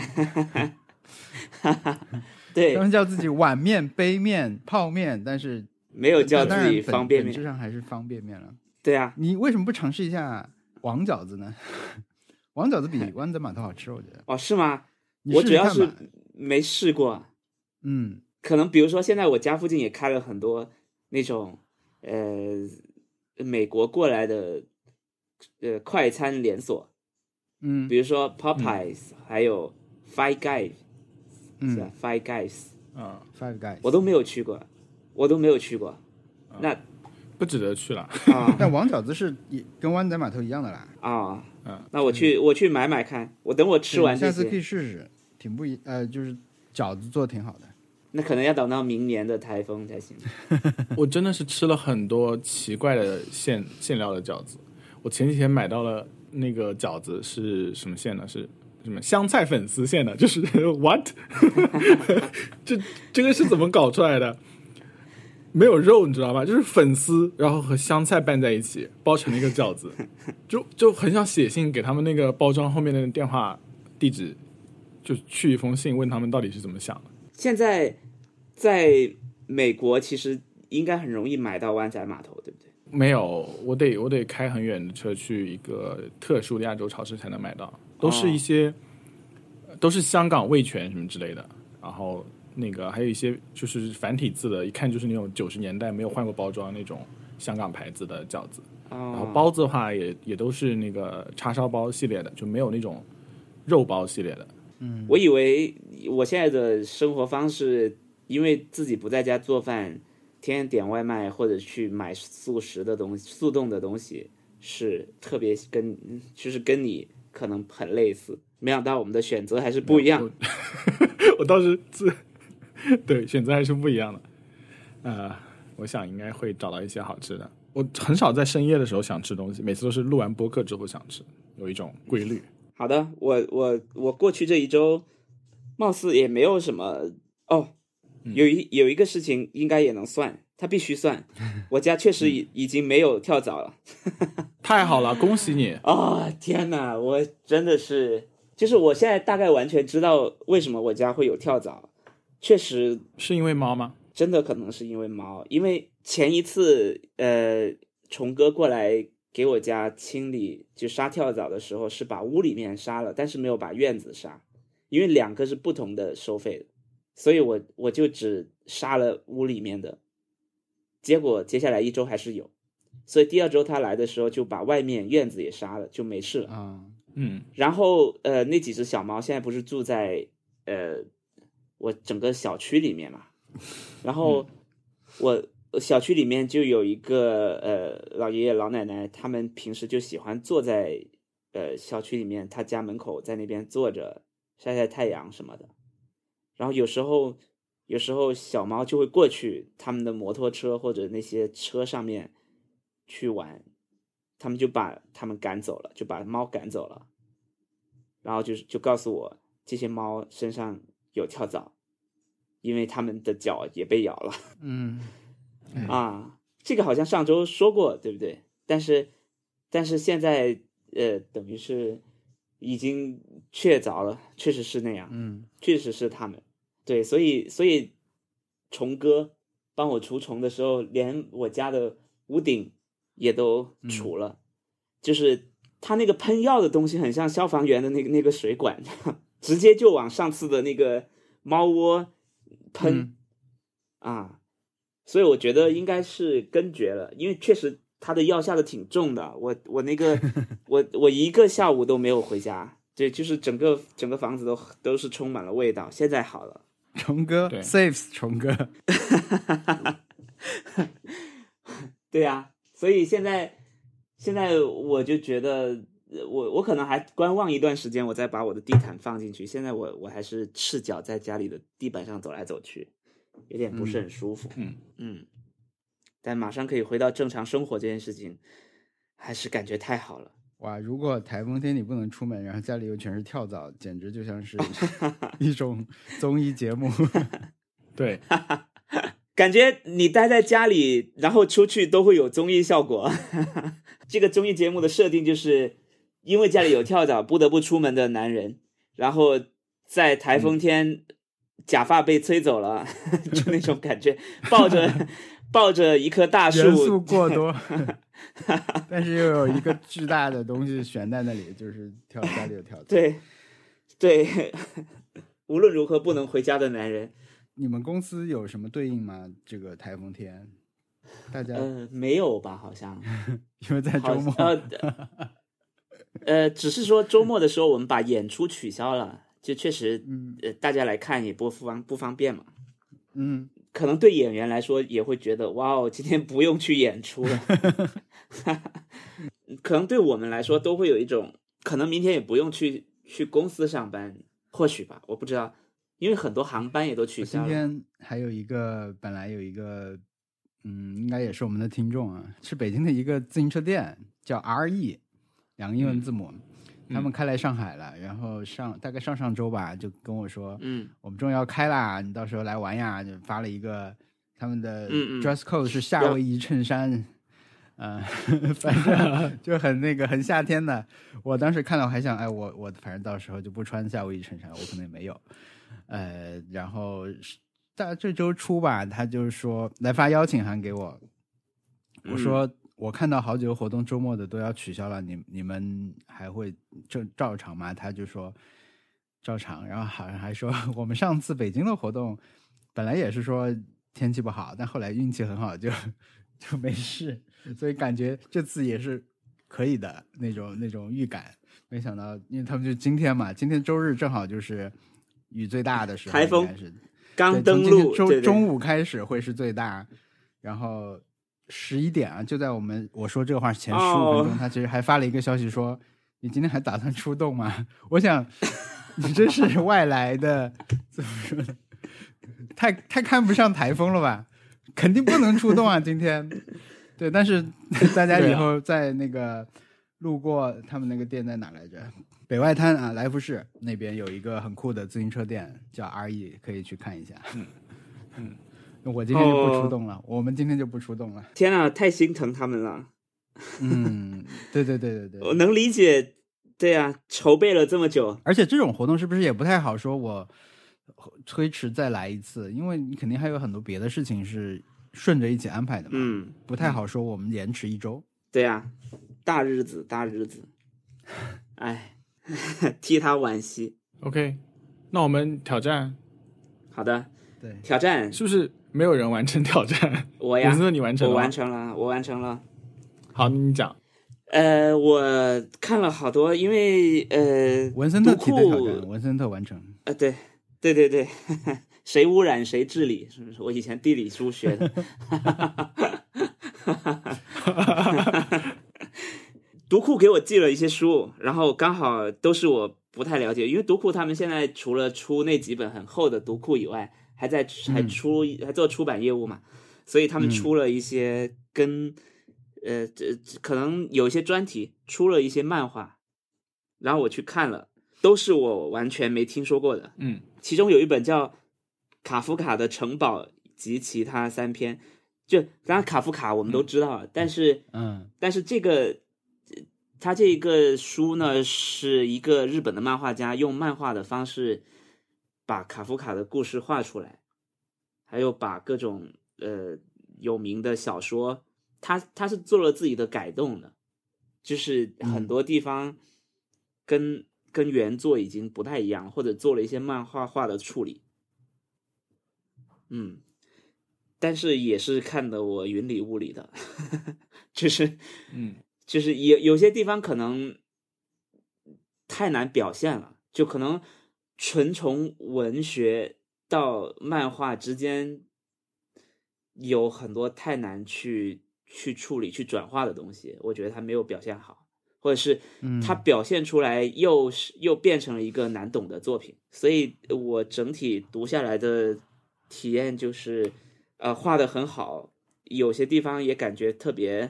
对， 他们叫自己碗面、杯面、泡面，但是没有叫自己方便面， 本质上还是方便面了。 对啊， 你为什么不尝试一下王饺子呢？王饺子比湾仔码头好吃，我觉得。 哦，是吗？ 你我主要是试试看吧没试过。 嗯， 可能比如说现在我家附近也开了很多那种美国过来的快餐连锁，比如说 Popeyes，还有 Five Guys，是吧？Five Guys，Five Guys， 我都没有去过，那不值得去了啊。 但王饺子是跟湾仔码头一样的啦。 啊，那我去买买看，我等我吃完这些， 下次可以试试，挺不就是饺子做的挺好的。 那可能要等到明年的台风才行。 我真的是吃了很多奇怪的馅料的饺子。我前几天买到了那个饺子是什么馅呢？是什么香菜粉丝馅的？就是 what？ 这个是怎么搞出来的？没有肉，你知道吗？就是粉丝，然后和香菜拌在一起，包成了一个饺子，就很想写信给他们那个包装后面的电话地址，就去一封信问他们到底是怎么想的。 现在在美国其实应该很容易买到湾仔码头，对不对？ 没有，我得开很远的车去一个特殊的亚洲超市才能买到，都是一些、都是香港味全什么之类的，然后那个还有一些就是繁体字的，一看就是那种90年代没有换过包装那种香港牌子的饺子。然后包子的话也都是那个叉烧包系列的，就没有那种肉包系列的。 我以为我现在的生活方式，因为自己不在家做饭，天天点外卖或者去买速食的东西、速冻的东西，是特别就是跟你可能很类似。没想到我们的选择还是不一样。 我倒是对选择还是不一样的。我想应该会找到一些好吃的。我很少在深夜的时候想吃东西，每次都是录完播客之后想吃，有一种规律。 好的，我过去这一周，貌似也没有什么哦。有一个事情应该也能算，它必须算。我家确实已经没有跳蚤了。 太好了，恭喜你！ 天哪，我真的是，就是我现在大概完全知道为什么我家会有跳蚤。确实是因为猫吗？ 真的可能是因为猫，因为前一次虫哥过来给我家清理就杀跳蚤的时候，是把屋里面杀了，但是没有把院子杀，因为两个是不同的收费的，所以我就只杀了屋里面的，结果接下来一周还是有，所以第二周他来的时候就把外面院子也杀了，就没事了。然后那几只小猫现在不是住在我整个小区里面嘛，然后我小区里面就有一个老爷爷老奶奶，他们平时就喜欢坐在小区里面他家门口，在那边坐着晒晒太阳什么的。然后有时候小猫就会过去他们的摩托车或者那些车上面去玩，他们就把他们赶走了，就把猫赶走了，然后就告诉我这些猫身上有跳蚤，因为他们的脚也被咬了。这个好像上周说过，对不对？但是现在等于是已经确凿了，确实是那样。确实是他们。对，所以虫哥帮我除虫的时候，连我家的屋顶也都除了。就是他那个喷药的东西很像消防员的那个水管，直接就往上次的那个猫窝喷。所以我觉得应该是根绝了，因为确实他的药下的挺重的，我那个我一个下午都没有回家，对，就是整个房子都是充满了味道，现在好了。 虫哥 saves 虫哥。 对呀，所以现在我就觉得我可能还观望一段时间，我再把我的地毯放进去。现在我还是赤脚在家里的地板上走来走去，有点不是很舒服。但马上可以回到正常生活这件事情，还是感觉太好了。 哇，如果台风天你不能出门，然后家里又全是跳蚤，简直就像是一种综艺节目。 对， 感觉你待在家里，然后出去都会有综艺效果。这个综艺节目的设定就是因为家里有跳蚤不得不出门的男人，然后在台风天假发被吹走了，就那种感觉，抱着一棵大树， 元素过多，但是又有一个巨大的东西悬在那里，就是家里有跳蚤。 对，无论如何不能回家的男人。 你们公司有什么对应吗？这个台风天，大家没有吧？好像因为在周末。 只是说周末的时候我们把演出取消了，就确实，大家来看也不方便嘛。可能对演员来说也会觉得，哇哦，今天不用去演出了。可能对我们来说都会有一种，可能明天也不用去公司上班，或许吧，我不知道。因为很多航班也都取消了。 今天还有一个，本来有一个，应该也是我们的听众啊，是北京的一个自行车店，叫 RE， 2个英文字母，他们开来上海了，然后大概上周吧，就跟我说，我们终于要开啦，你到时候来玩呀，就发了一个他们的 dress code 是夏威夷衬衫。反正就很夏天的。我当时看到还想，我反正到时候就不穿夏威夷衬衫，我可能也没有。然后大这周初吧，他就说来发邀请函给我，我说我看到好几个活动周末的都要取消了，你们还会照常吗？他就说照常，然后好像还说我们上次北京的活动本来也是说天气不好，但后来运气很好，就没事，所以感觉这次也是可以的那种预感。没想到，因为他们就今天嘛，今天周日正好就是雨最大的时候， 台风是刚登陆， 中午开始会是最大，然后11点啊，就在我说这个话前15分钟，他其实还发了一个消息说，你今天还打算出动吗？我想你这是外来的，怎么说呢？太看不上台风了吧？肯定不能出动啊！今天，对，但是大家以后在那个路过他们那个店在哪来着？北外滩啊，来福士那边有一个很酷的自行车店叫 RE， 可以去看一下。我今天就不出动了，我们今天就不出动了。 天啊，太心疼他们了。 对， 我能理解。对啊，筹备了这么久， 而且这种活动是不是也不太好说我推迟再来一次，因为你肯定还有很多别的事情是顺着一起安排的嘛。不太好说我们延迟1周。 对啊，大日子，哎，替他惋惜。 OK， 那我们挑战。 好的， 对， 挑战是不是没有人完成挑战？ 我呀， 你完成了。 我完成了。 好，你讲。 我看了好多，因为文森特提的挑战，文森特完成。 对，谁污染谁治理，是不是？我以前地理书学的。读库给我寄了一些书，然后刚好都是我不太了解，因为读库他们现在除了出那几本很厚的读库以外，还做出版业务嘛，所以他们出了一些跟可能有一些专题，出了一些漫画，然后我去看了，都是我完全没听说过的。其中有一本叫卡夫卡的城堡及其他3篇，就当然卡夫卡我们都知道，但是这个他这个书呢，是一个日本的漫画家用漫画的方式把卡夫卡的故事画出来，还有把各种有名的小说，他是做了自己的改动的，就是很多地方跟原作已经不太一样，或者做了一些漫画化的处理。但是也是看得我云里雾里的。就是有些地方可能太难表现了，就可能纯从文学到漫画之间有很多太难去处理去转化的东西，我觉得他没有表现好，或者是他表现出来又变成了一个难懂的作品。所以我整体读下来的体验就是画得很好，有些地方也感觉特别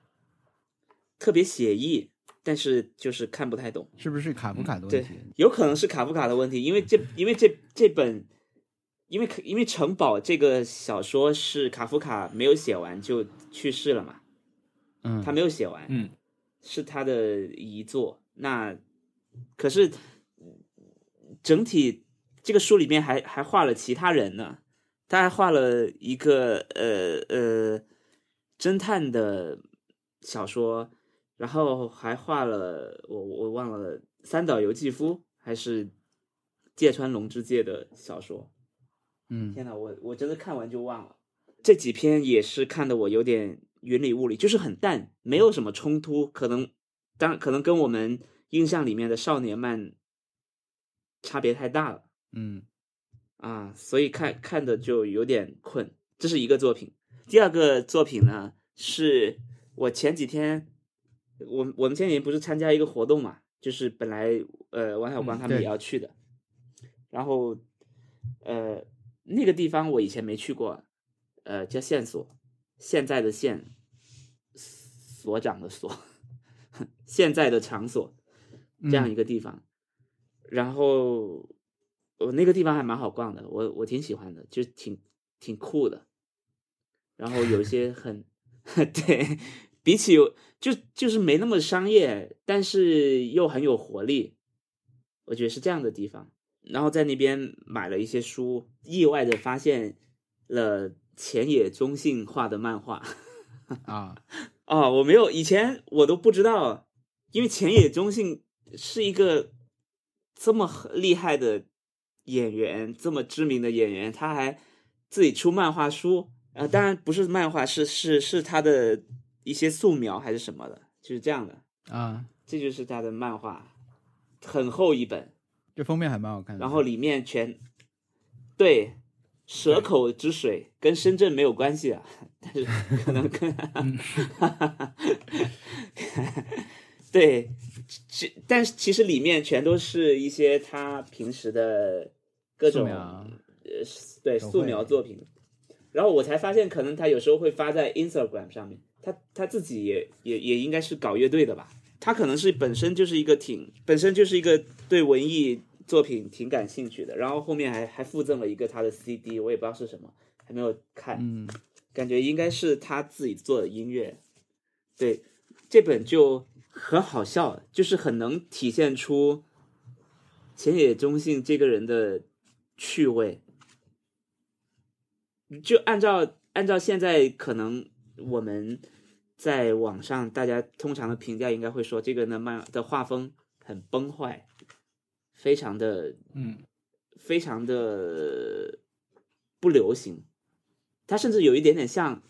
写意，但是就是看不太懂。是不是卡夫卡的问题？ 对，有可能是卡夫卡的问题，因为这本因为城堡这个小说是卡夫卡没有写完就去世了嘛，他没有写完，是他的遗作。那可是整体这个书里面还画了其他人呢，他还画了一个侦探的小说，然后还画了我忘了三岛由纪夫还是芥川龙之介的小说。天哪，我真的看完就忘了。这几篇也是看得我有点云里雾里，就是很淡，没有什么冲突，可能跟我们印象里面的少年漫差别太大了。所以看的就有点困。这是一个作品。第二个作品呢，是我前几天我们前几天不是参加一个活动嘛，就是本来王小光他们也要去的，然后那个地方我以前没去过，叫线索，现在的线，所长的所，现在的场所，这样一个地方。然后那个地方还蛮好逛的，我挺喜欢的，就挺酷的。然后有一些很对，比起就是没那么商业，但是又很有活力，我觉得是这样的地方。然后在那边买了一些书，意外的发现了前野中信画的漫画我没有，以前我都不知道，因为前野中信是一个这么厉害的演员，这么知名的演员，他还自己出漫画书，当然不是漫画，是他的一些素描还是什么的，就是这样的这就是他的漫画，很厚一本。 这封面还蛮好看的， 然后里面对蛇口之水跟深圳没有关系啊，但是可能跟对，但是其实里面全都是一些他平时的各种素描作品。然后我才发现，可能他有时候会发在 Instagram 上面，他自己也应该是搞乐队的吧。他可能是本身就是一个对文艺作品挺感兴趣的，然后后面还附赠了一个他的 CD， 我也不知道是什么，还没有看，感觉应该是他自己做的音乐。对，这本就很好笑，就是很能体现出前野中信这个人的趣味。就按照现在可能我们在网上大家通常的评价应该会说，这个的画风很崩坏，非常的不流行。它甚至有一点点像，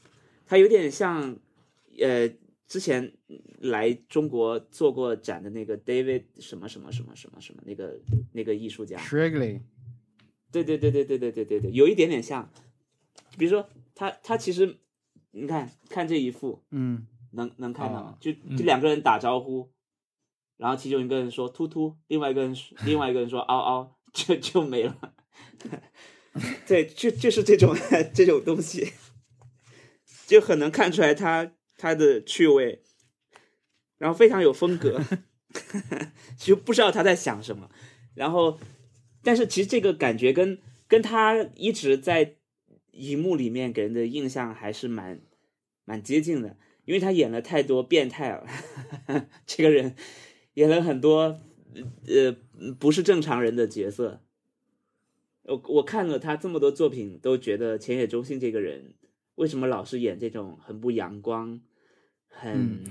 之前来中国做过展的那个 David 什么什么什么什么什么那个艺术家 Shrigley， 对，有一点点像。比如说他其实你看这一幅，能看到吗？就两个人打招呼，然后其中一个人说突突，另外一个人说嗷嗷，就没了。对，就是这种东西，就很能看出来他的趣味，然后非常有风格，就不知道他在想什么。然后，但是其实这个感觉跟他一直在荧幕里面给人的印象还是蛮接近的，因为他演了太多变态了，这个人演了很多不是正常人的角色。我看了他这么多作品，都觉得前野中信这个人为什么老是演这种很不阳光、很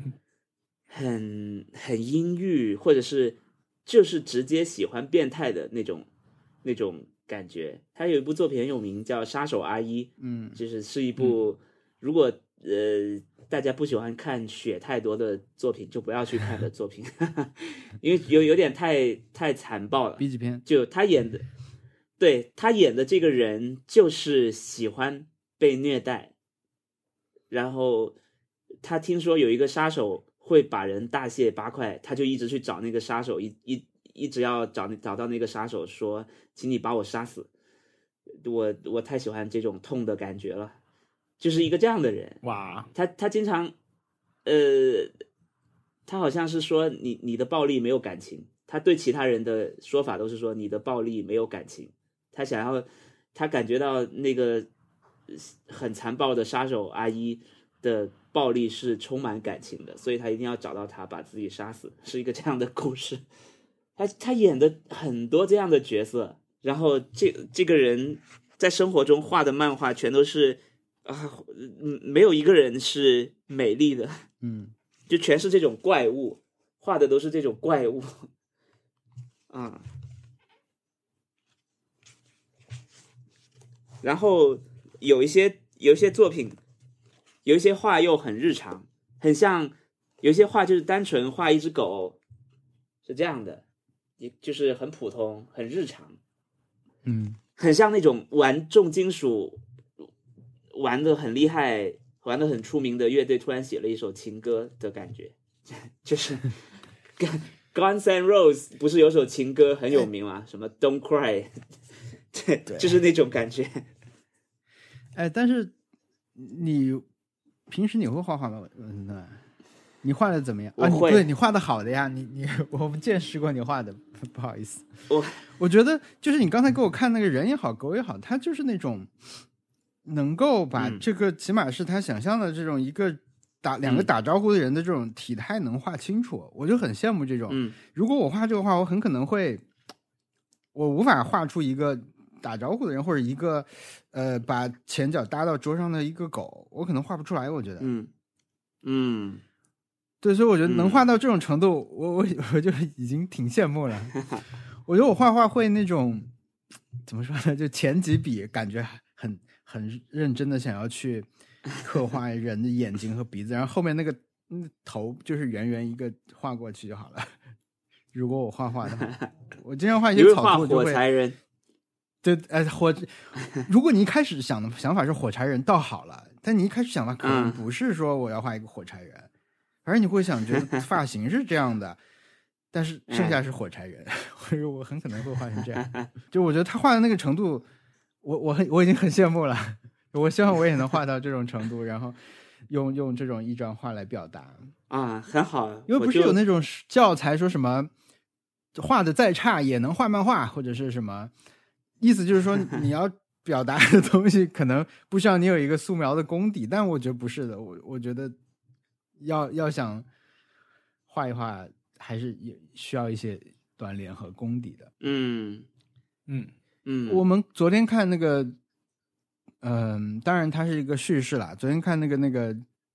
阴郁，或者是就是直接喜欢变态的那种感觉。他有一部作品很有名，叫《杀手阿一》，是一部如果大家不喜欢看血太多的作品，就不要去看的作品，因为有点太残暴了。 B 级片， 就他演的这个人就是喜欢被虐待，然后他听说有一个杀手会把人大卸八块，他就一直去找那个杀手，一直要找到那个杀手，说请你把我杀死，我太喜欢这种痛的感觉了，就是一个这样的人。 哇， 他经常他好像是说你的暴力没有感情，他对其他人的说法都是说你的暴力没有感情，他想要他感觉到那个很残暴的杀手阿姨的暴力是充满感情的，所以他一定要找到他，把自己杀死，是一个这样的故事。他演的很多这样的角色，然后这个人在生活中画的漫画全都是没有一个人是美丽的，就全是这种怪物，画的都是这种怪物啊。然后有一些作品，有一些画又很日常，很像有一些画就是单纯画一只狗，是这样的，也就是很普通很日常，很像那种玩重金属玩的很厉害玩的很出名的乐队突然写了一首情歌的感觉。就是Guns N' Roses 不是有首情歌很有名吗？什么 Don't Cry 对，就是那种感觉。 但是你平时你会画画吗？你画的怎么样？ 我会对，你画的好的呀，我们见识过你画的，不好意思。我觉得就是你刚才给我看那个人也好狗也好，他就是那种能够把这个起码是他想象的这种一个两个打招呼的人的这种体态能画清楚，我就很羡慕这种。如果我画这个画，我很可能会我无法画出一个打招呼的人，或者一个把前脚搭到桌上的一个狗，我可能画不出来，我觉得。对，所以我觉得能画到这种程度，我就已经挺羡慕了。我觉得我画画会那种怎么说呢？就前几笔感觉很认真的想要去刻画人的眼睛和鼻子，然后后面那个头就是圆圆一个画过去就好了。如果我画画的话，我经常画一些草图， 火柴人。 对，如果你一开始想法是火柴人，倒好了。但你一开始想的可能不是说我要画一个火柴人，反正你会想觉得发型是这样的，但是剩下是火柴人，或者我很可能会画成这样。就我觉得他画的那个程度，我已经很羡慕了。我希望我也能画到这种程度，然后用这种一张画来表达啊，很好。 因为不是有那种教材说什么画的再差也能画漫画，或者是什么意思，就是说你要表达的东西可能不需要你有一个素描的功底，但我觉得不是的。我觉得要想画一画，还是也需要一些锻炼和功底的。我们昨天看那个当然它是一个叙事啦。昨天看那个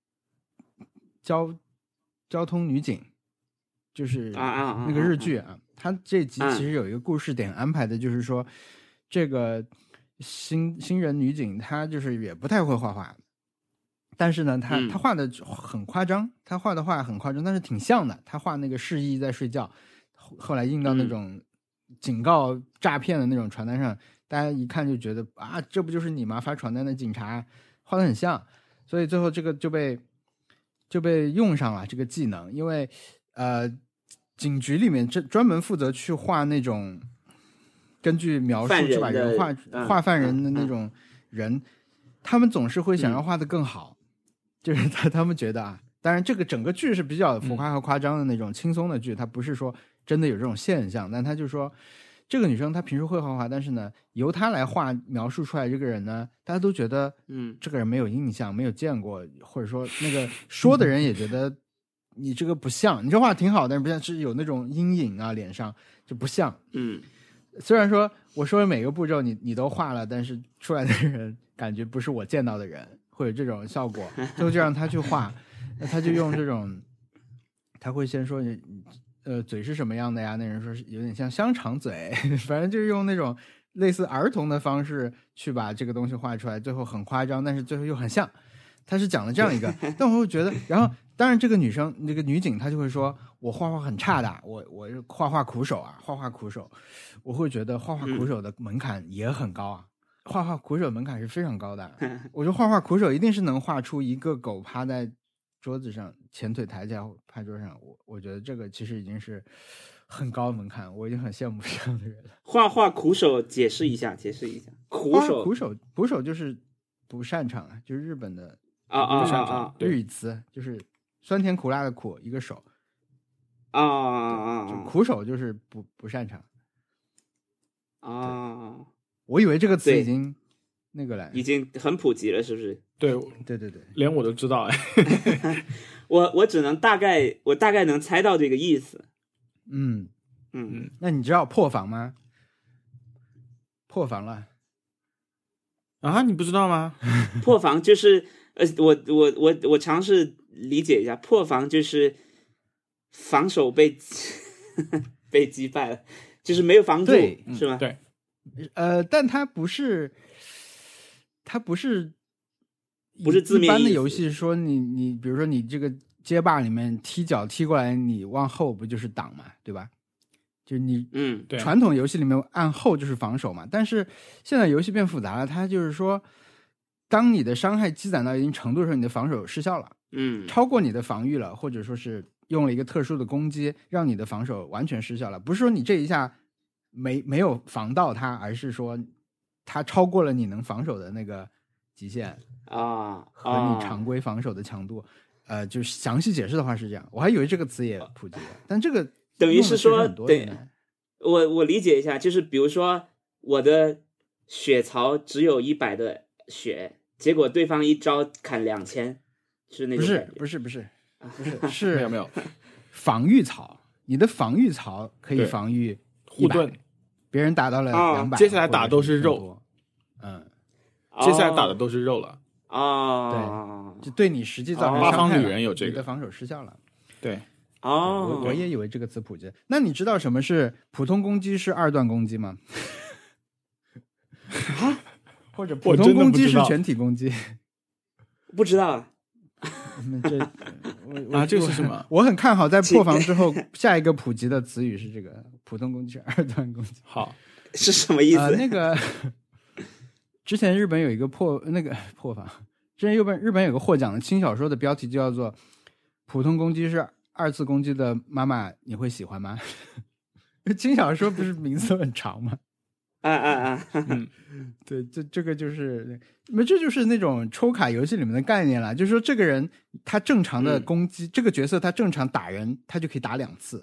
交通女警，就是那个日剧啊，它这集其实有一个故事点安排的，就是说这个新人女警她就是也不太会画画，但是呢她画的很夸张，她画的画很夸张，但是挺像的。她画那个示意在睡觉，后来印到那种警告诈骗的那种传单上，大家一看就觉得啊，这不就是你吗？发传单的警察，画的很像。所以最后这个就被用上了这个技能。因为警局里面专门负责去画那种根据描述去把人画犯人的那种人，他们总是会想要画的更好。就是他们觉得啊，当然这个整个剧是比较浮夸和夸张的那种轻松的剧，它不是说真的有这种现象，但他就说这个女生她平时会画画，但是呢由她来画描述出来这个人呢，大家都觉得这个人没有印象，没有见过，或者说那个说的人也觉得你这个不像，你这画挺好，但是不像，是有那种阴影啊，脸上就不像。虽然说我说的每个步骤你都画了，但是出来的人感觉不是我见到的人，会有这种效果。最后就让他去画，那他就用这种，他会先说嘴是什么样的呀？那人说是有点像香肠嘴，反正就是用那种类似儿童的方式去把这个东西画出来，最后很夸张，但是最后又很像。他是讲了这样一个，但我会觉得，然后当然这个女生那个女警她就会说，我画画很差的，我画画苦手啊，画画苦手。我会觉得画画苦手的门槛也很高啊，画画苦手门槛是非常高的。我觉得画画苦手一定是能画出一个狗趴在桌子上，前腿抬起来趴桌上。我觉得这个其实已经是很高门槛，我已经很羡慕这样的人了。 画画苦手，解释一下。苦手就是不擅长啊，就是日本的日语词，就是酸甜苦辣的苦，一个手就苦手就是不擅长我以为这个词对已经那个了。 已经很普及了，是不是？ 对， 对对对， 连我都知道哎。 我只能大概能猜到这个意思。 嗯， 嗯， 那你知道破防吗？破防了啊，你不知道吗？ 破防就是我尝试理解一下，破防就是防守被被击败了，就是没有防住， 对是吗？ 对， 但它不是字面意思一般的游戏说你比如说你这个街霸里面踢脚踢过来，你往后不就是挡嘛，对吧？就是你对传统游戏里面按后就是防守嘛，但是现在游戏变复杂了，它就是说，当你的伤害积攒到一定程度的时候，你的防守失效了，超过你的防御了，或者说是用了一个特殊的攻击，让你的防守完全失效了。不是说你这一下没有防到它，而是说它超过了你能防守的那个极限和你常规防守的强度。就是详细解释的话是这样，我还以为这个词也普及了，但这个等于是说， 对， 我理解一下，就是比如说我的血槽只有100的血，结果对方一招砍2000，是那种感觉？ 不是是没有防御槽，你的防御槽可以防御护盾， 别人打到了200， 接下来打都是肉，接下来打的都是肉了。 对，就对你实际造成八伤害了， 方旅人有这个， 你的防守失效了。 对， 我也以为这个词普及。那你知道什么是普通攻击是2段攻击吗？或者普通攻击是全体攻击？ 不知道。 这个是什么？ 我很看好在破防之后下一个普及的词语是这个普通攻击是2段攻击。 好， 是什么意思？ 那个之前日本有一个破防，之前日本有个获奖的轻小说的标题就叫做《普通攻击是2次攻击的妈妈你会喜欢吗？》轻小说不是名字很长吗？对，这个就是这就是那种抽卡游戏里面的概念了，就是说这个人他正常的攻击，这个角色他正常打人他就可以打2次，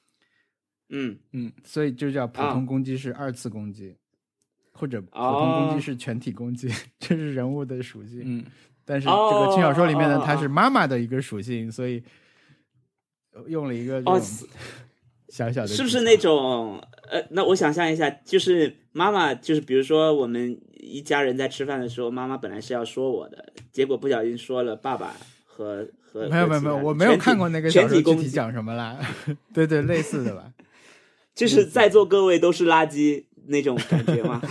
所以就叫普通攻击是2次攻击，或者普通攻击是全体攻击，这是人物的属性。但是这个轻小说里面呢，它是妈妈的一个属性，所以用了一个这种小小的， 是不是那种那我想象一下，就是妈妈，就是比如说我们一家人在吃饭的时候，妈妈本来是要说我的，结果不小心说了爸爸和没有，我没有看过那个小说具体讲什么啦。对，类似的吧， 就是在座各位都是垃圾那种感觉吗？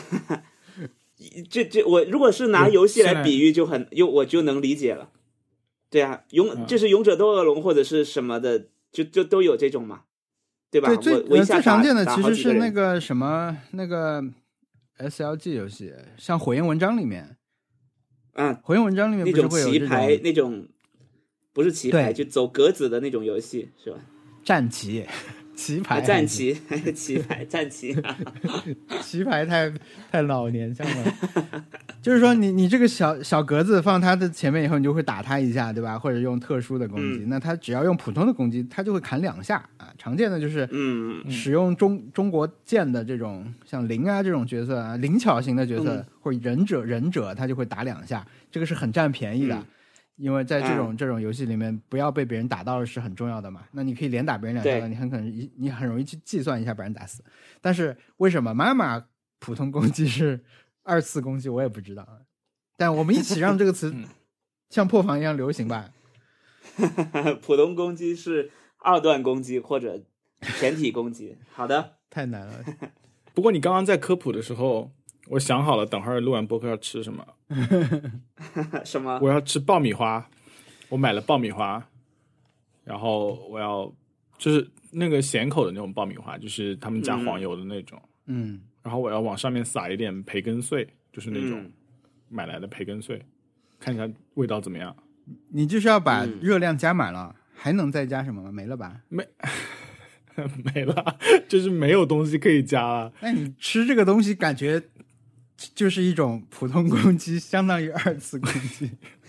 我如果是拿游戏来比喻，我就能理解了。对啊，就是勇者斗恶龙或者是什么的，就都有这种嘛，对吧？ 对， 我一下最常见的其实是那个什么那个 SLG 游戏，像火焰文章里面，火焰文章里面不是会有那种棋牌那种，不是棋牌，就走格子的那种游戏是吧？ 战棋。棋牌战棋棋牌战棋棋牌太老年像了。就是说你这个小格子放他的前面以后，你就会打他一下，对吧？或者用特殊的攻击，那他只要用普通的攻击，他就会砍2下啊。常见的就是使用中国剑的这种像灵啊这种角色啊，灵巧型的角色，或者忍者他就会打2下，这个是很占便宜的。因为在这种游戏里面，不要被别人打到是很重要的嘛。那你可以连打别人2下的，你很容易去计算一下把人打死。但是为什么妈妈普通攻击是2次攻击，我也不知道。但我们一起让这个词像破防一样流行吧。 普通攻击是2段攻击或者全体攻击。好的， 太难了。 不过你刚刚在科普的时候，我想好了，等会儿录完播客要吃什么。 什么？ 我要吃爆米花，我买了爆米花，然后我要就是那个咸口的那种爆米花，就是他们加黄油的那种。然后我要往上面撒一点培根碎，就是那种买来的培根碎，看一下味道怎么样。 你就是要把热量加满了，还能再加什么吗？没了吧？ 没了，就是没有东西可以加了。 那你吃这个东西感觉就是一种普通攻击，相当于2次攻击。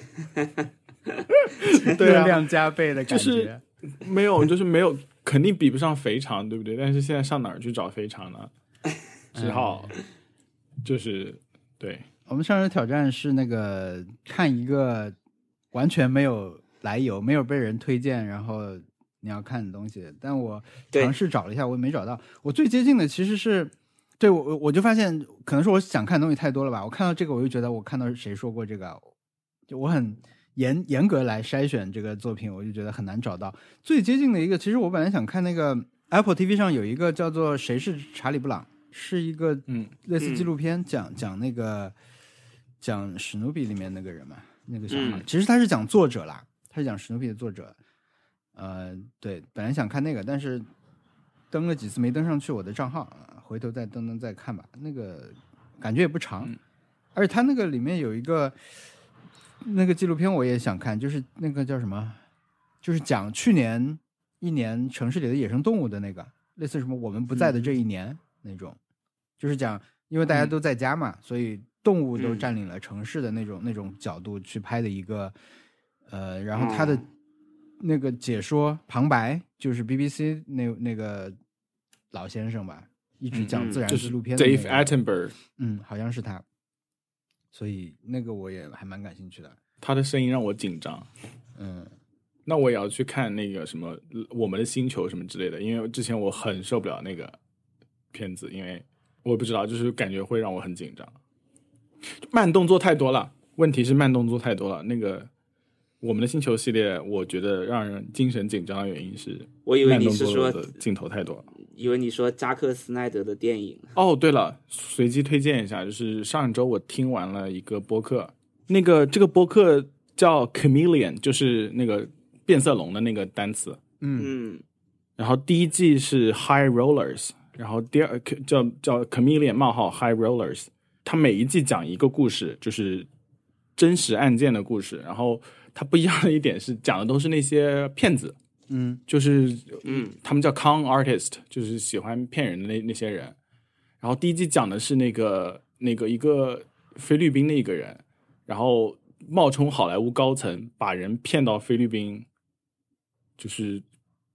热量加倍的感觉。 就是没有，肯定比不上肥肠，对不对？但是现在上哪儿去找肥肠呢？只好就是对。 我们上周挑战是那个看一个完全没有来由、没有被人推荐，然后你要看的东西。但我尝试找了一下，我也没找到。我最接近的其实是，对我就发现，可能是我想看的东西太多了吧。我看到这个，我就觉得我看到谁说过这个，就我很严格来筛选这个作品，我就觉得很难找到。最接近的一个，其实我本来想看那个 Apple TV 上有一个叫做《谁是查理布朗》，是一个类似纪录片，讲那个。讲史努比里面那个人嘛，那个小孩，其实他是讲作者啦，他是讲史努比的作者。对，本来想看那个，但是登了几次没登上去我的账号，回头再登再看吧。那个感觉也不长，而且他那个里面有一个那个纪录片我也想看，就是那个叫什么，就是讲去年一年城市里的野生动物的那个，类似什么我们不在的这一年那种，就是讲因为大家都在家嘛，所以动物都占领了城市的那种角度去拍的一个，然后他的那个解说旁白就是 BBC 那个老先生吧，一直讲自然纪录片的、 Dave Attenborough， 好像是他，所以那个我也还蛮感兴趣的。 他的声音让我紧张，那我也要去看那个什么我们的星球什么之类的，因为之前我很受不了那个片子，因为我不知道，就是感觉会让我很紧张。慢动作太多了，问题是慢动作太多了。那个我们的星球系列，我觉得让人精神紧张的原因是， 我以为你是说镜头太多， 以为你说扎克斯奈德的电影。 哦，对了，随机推荐一下，就是上周我听完了一个播客，这个播客叫 Chameleon， 就是那个变色龙的那个单词，然后第一季是 High Rollers， 然后第二叫 Chameleon High Rollers。他每一季讲一个故事，就是真实案件的故事，然后他不一样的一点是讲的都是那些骗子，就是他们叫 con artist， 就是喜欢骗人的那些人。然后第一季讲的是那个一个菲律宾的一个人，然后冒充好莱坞高层，把人骗到菲律宾，就是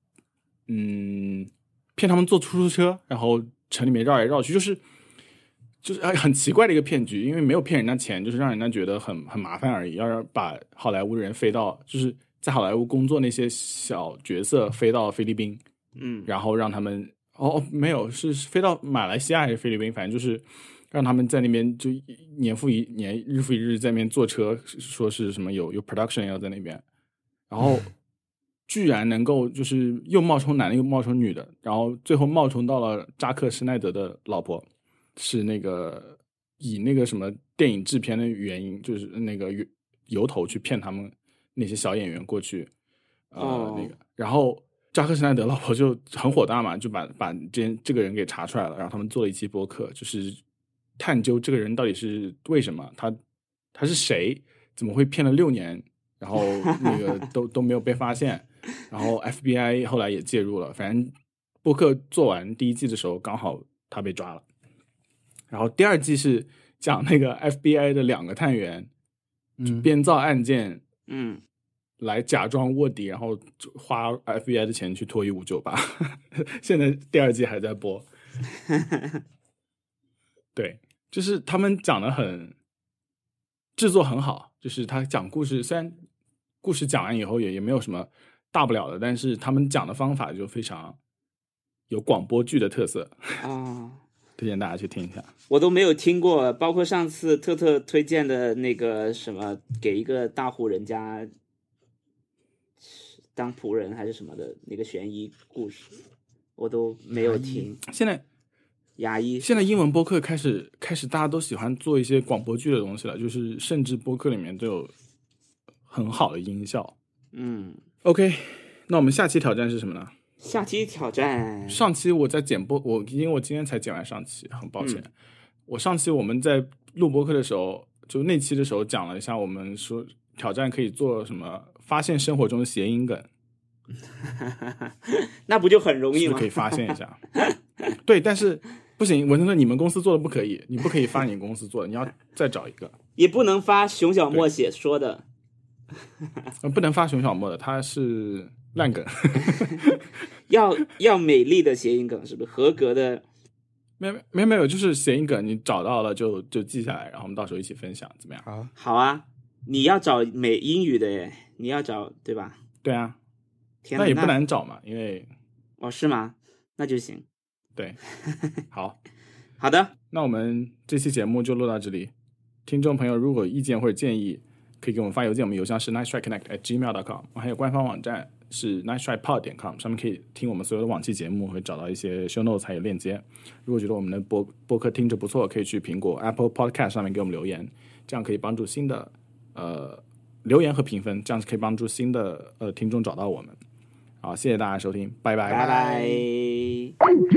骗他们坐出租车，然后城里面绕来绕去，就是很奇怪的一个骗局，因为没有骗人家钱，就是让人家觉得很麻烦而已，要把好莱坞人飞到，就是在好莱坞工作那些小角色飞到菲律宾，然后让他们没有，是飞到马来西亚还是菲律宾，反正就是让他们在那边就年复一年日复一日在那边坐车，说是什么有 production 要在那边，然后居然能够就是又冒充男的又冒充女的，然后最后冒充到了扎克施奈德的老婆。是那个以那个什么电影制片的原因，就是那个由头去骗他们那些小演员过去，那个，然后扎克施奈德老婆就很火大嘛，就把这个人给查出来了，然后他们做了一期播客，就是探究这个人到底是为什么，他是谁，怎么会骗了6年，然后那个都没有被发现，然后 FBI 后来也介入了，反正播客做完第一季的时候，刚好他被抓了。然后第二季是讲那个 FBI 的2个探员，编造案件，来假装卧底，然后花 FBI 的钱去脱衣舞酒吧。现在第二季还在播。对，就是他们讲的制作很好，就是他讲故事，虽然故事讲完以后也没有什么大不了的，但是他们讲的方法就非常有广播剧的特色推荐大家去听一下。 我都没有听过，包括上次特推荐的那个什么给一个大户人家当仆人还是什么的那个悬疑故事，我都没有听。 现在英文播客开始大家都喜欢做一些广播剧的东西了，就是甚至播客里面都有很好的音效。OK， 那我们下期挑战是什么呢？ 下期挑战， 上期我在剪播，因为我今天才剪完上期，很抱歉。我上期我们在录播客的时候，就那期的时候讲了一下，我们说挑战可以做什么，发现生活中的谐音梗。 那不就很容易吗？ 是不是可以发现一下？对，但是不行，文森特，你们公司做的不可以，你不可以发你公司做的，你要再找一个。 也不能发熊小莫写说的。 不能发熊小莫的，他是烂梗。 要美丽的谐音梗，是不是合格的？ 没有，就是谐音梗，你找到了就记下来，然后我们到时候一起分享，怎么样？ 好， 好啊，你要找美英语的耶，你要找对吧？ 对啊， 天哪， 那也不难找嘛，因为哦是吗？那就行。 对，好， 好的， 那我们这期节目就录到这里。听众朋友如果有意见或者建议，可以给我们发邮件，我们邮箱是 nicestrikeconnect@gmail.com， 还有官方网站是 nicestrikepod.com， 上面可以听我们所有的往期节目，会找到一些 show notes 还有链接。如果觉得我们的播客听着不错，可以去苹果 Apple Podcast 上面给我们留言，这样可以帮助新的留言和评分，这样可以帮助新的听众找到我们。好，谢谢大家收听，拜拜， 拜拜。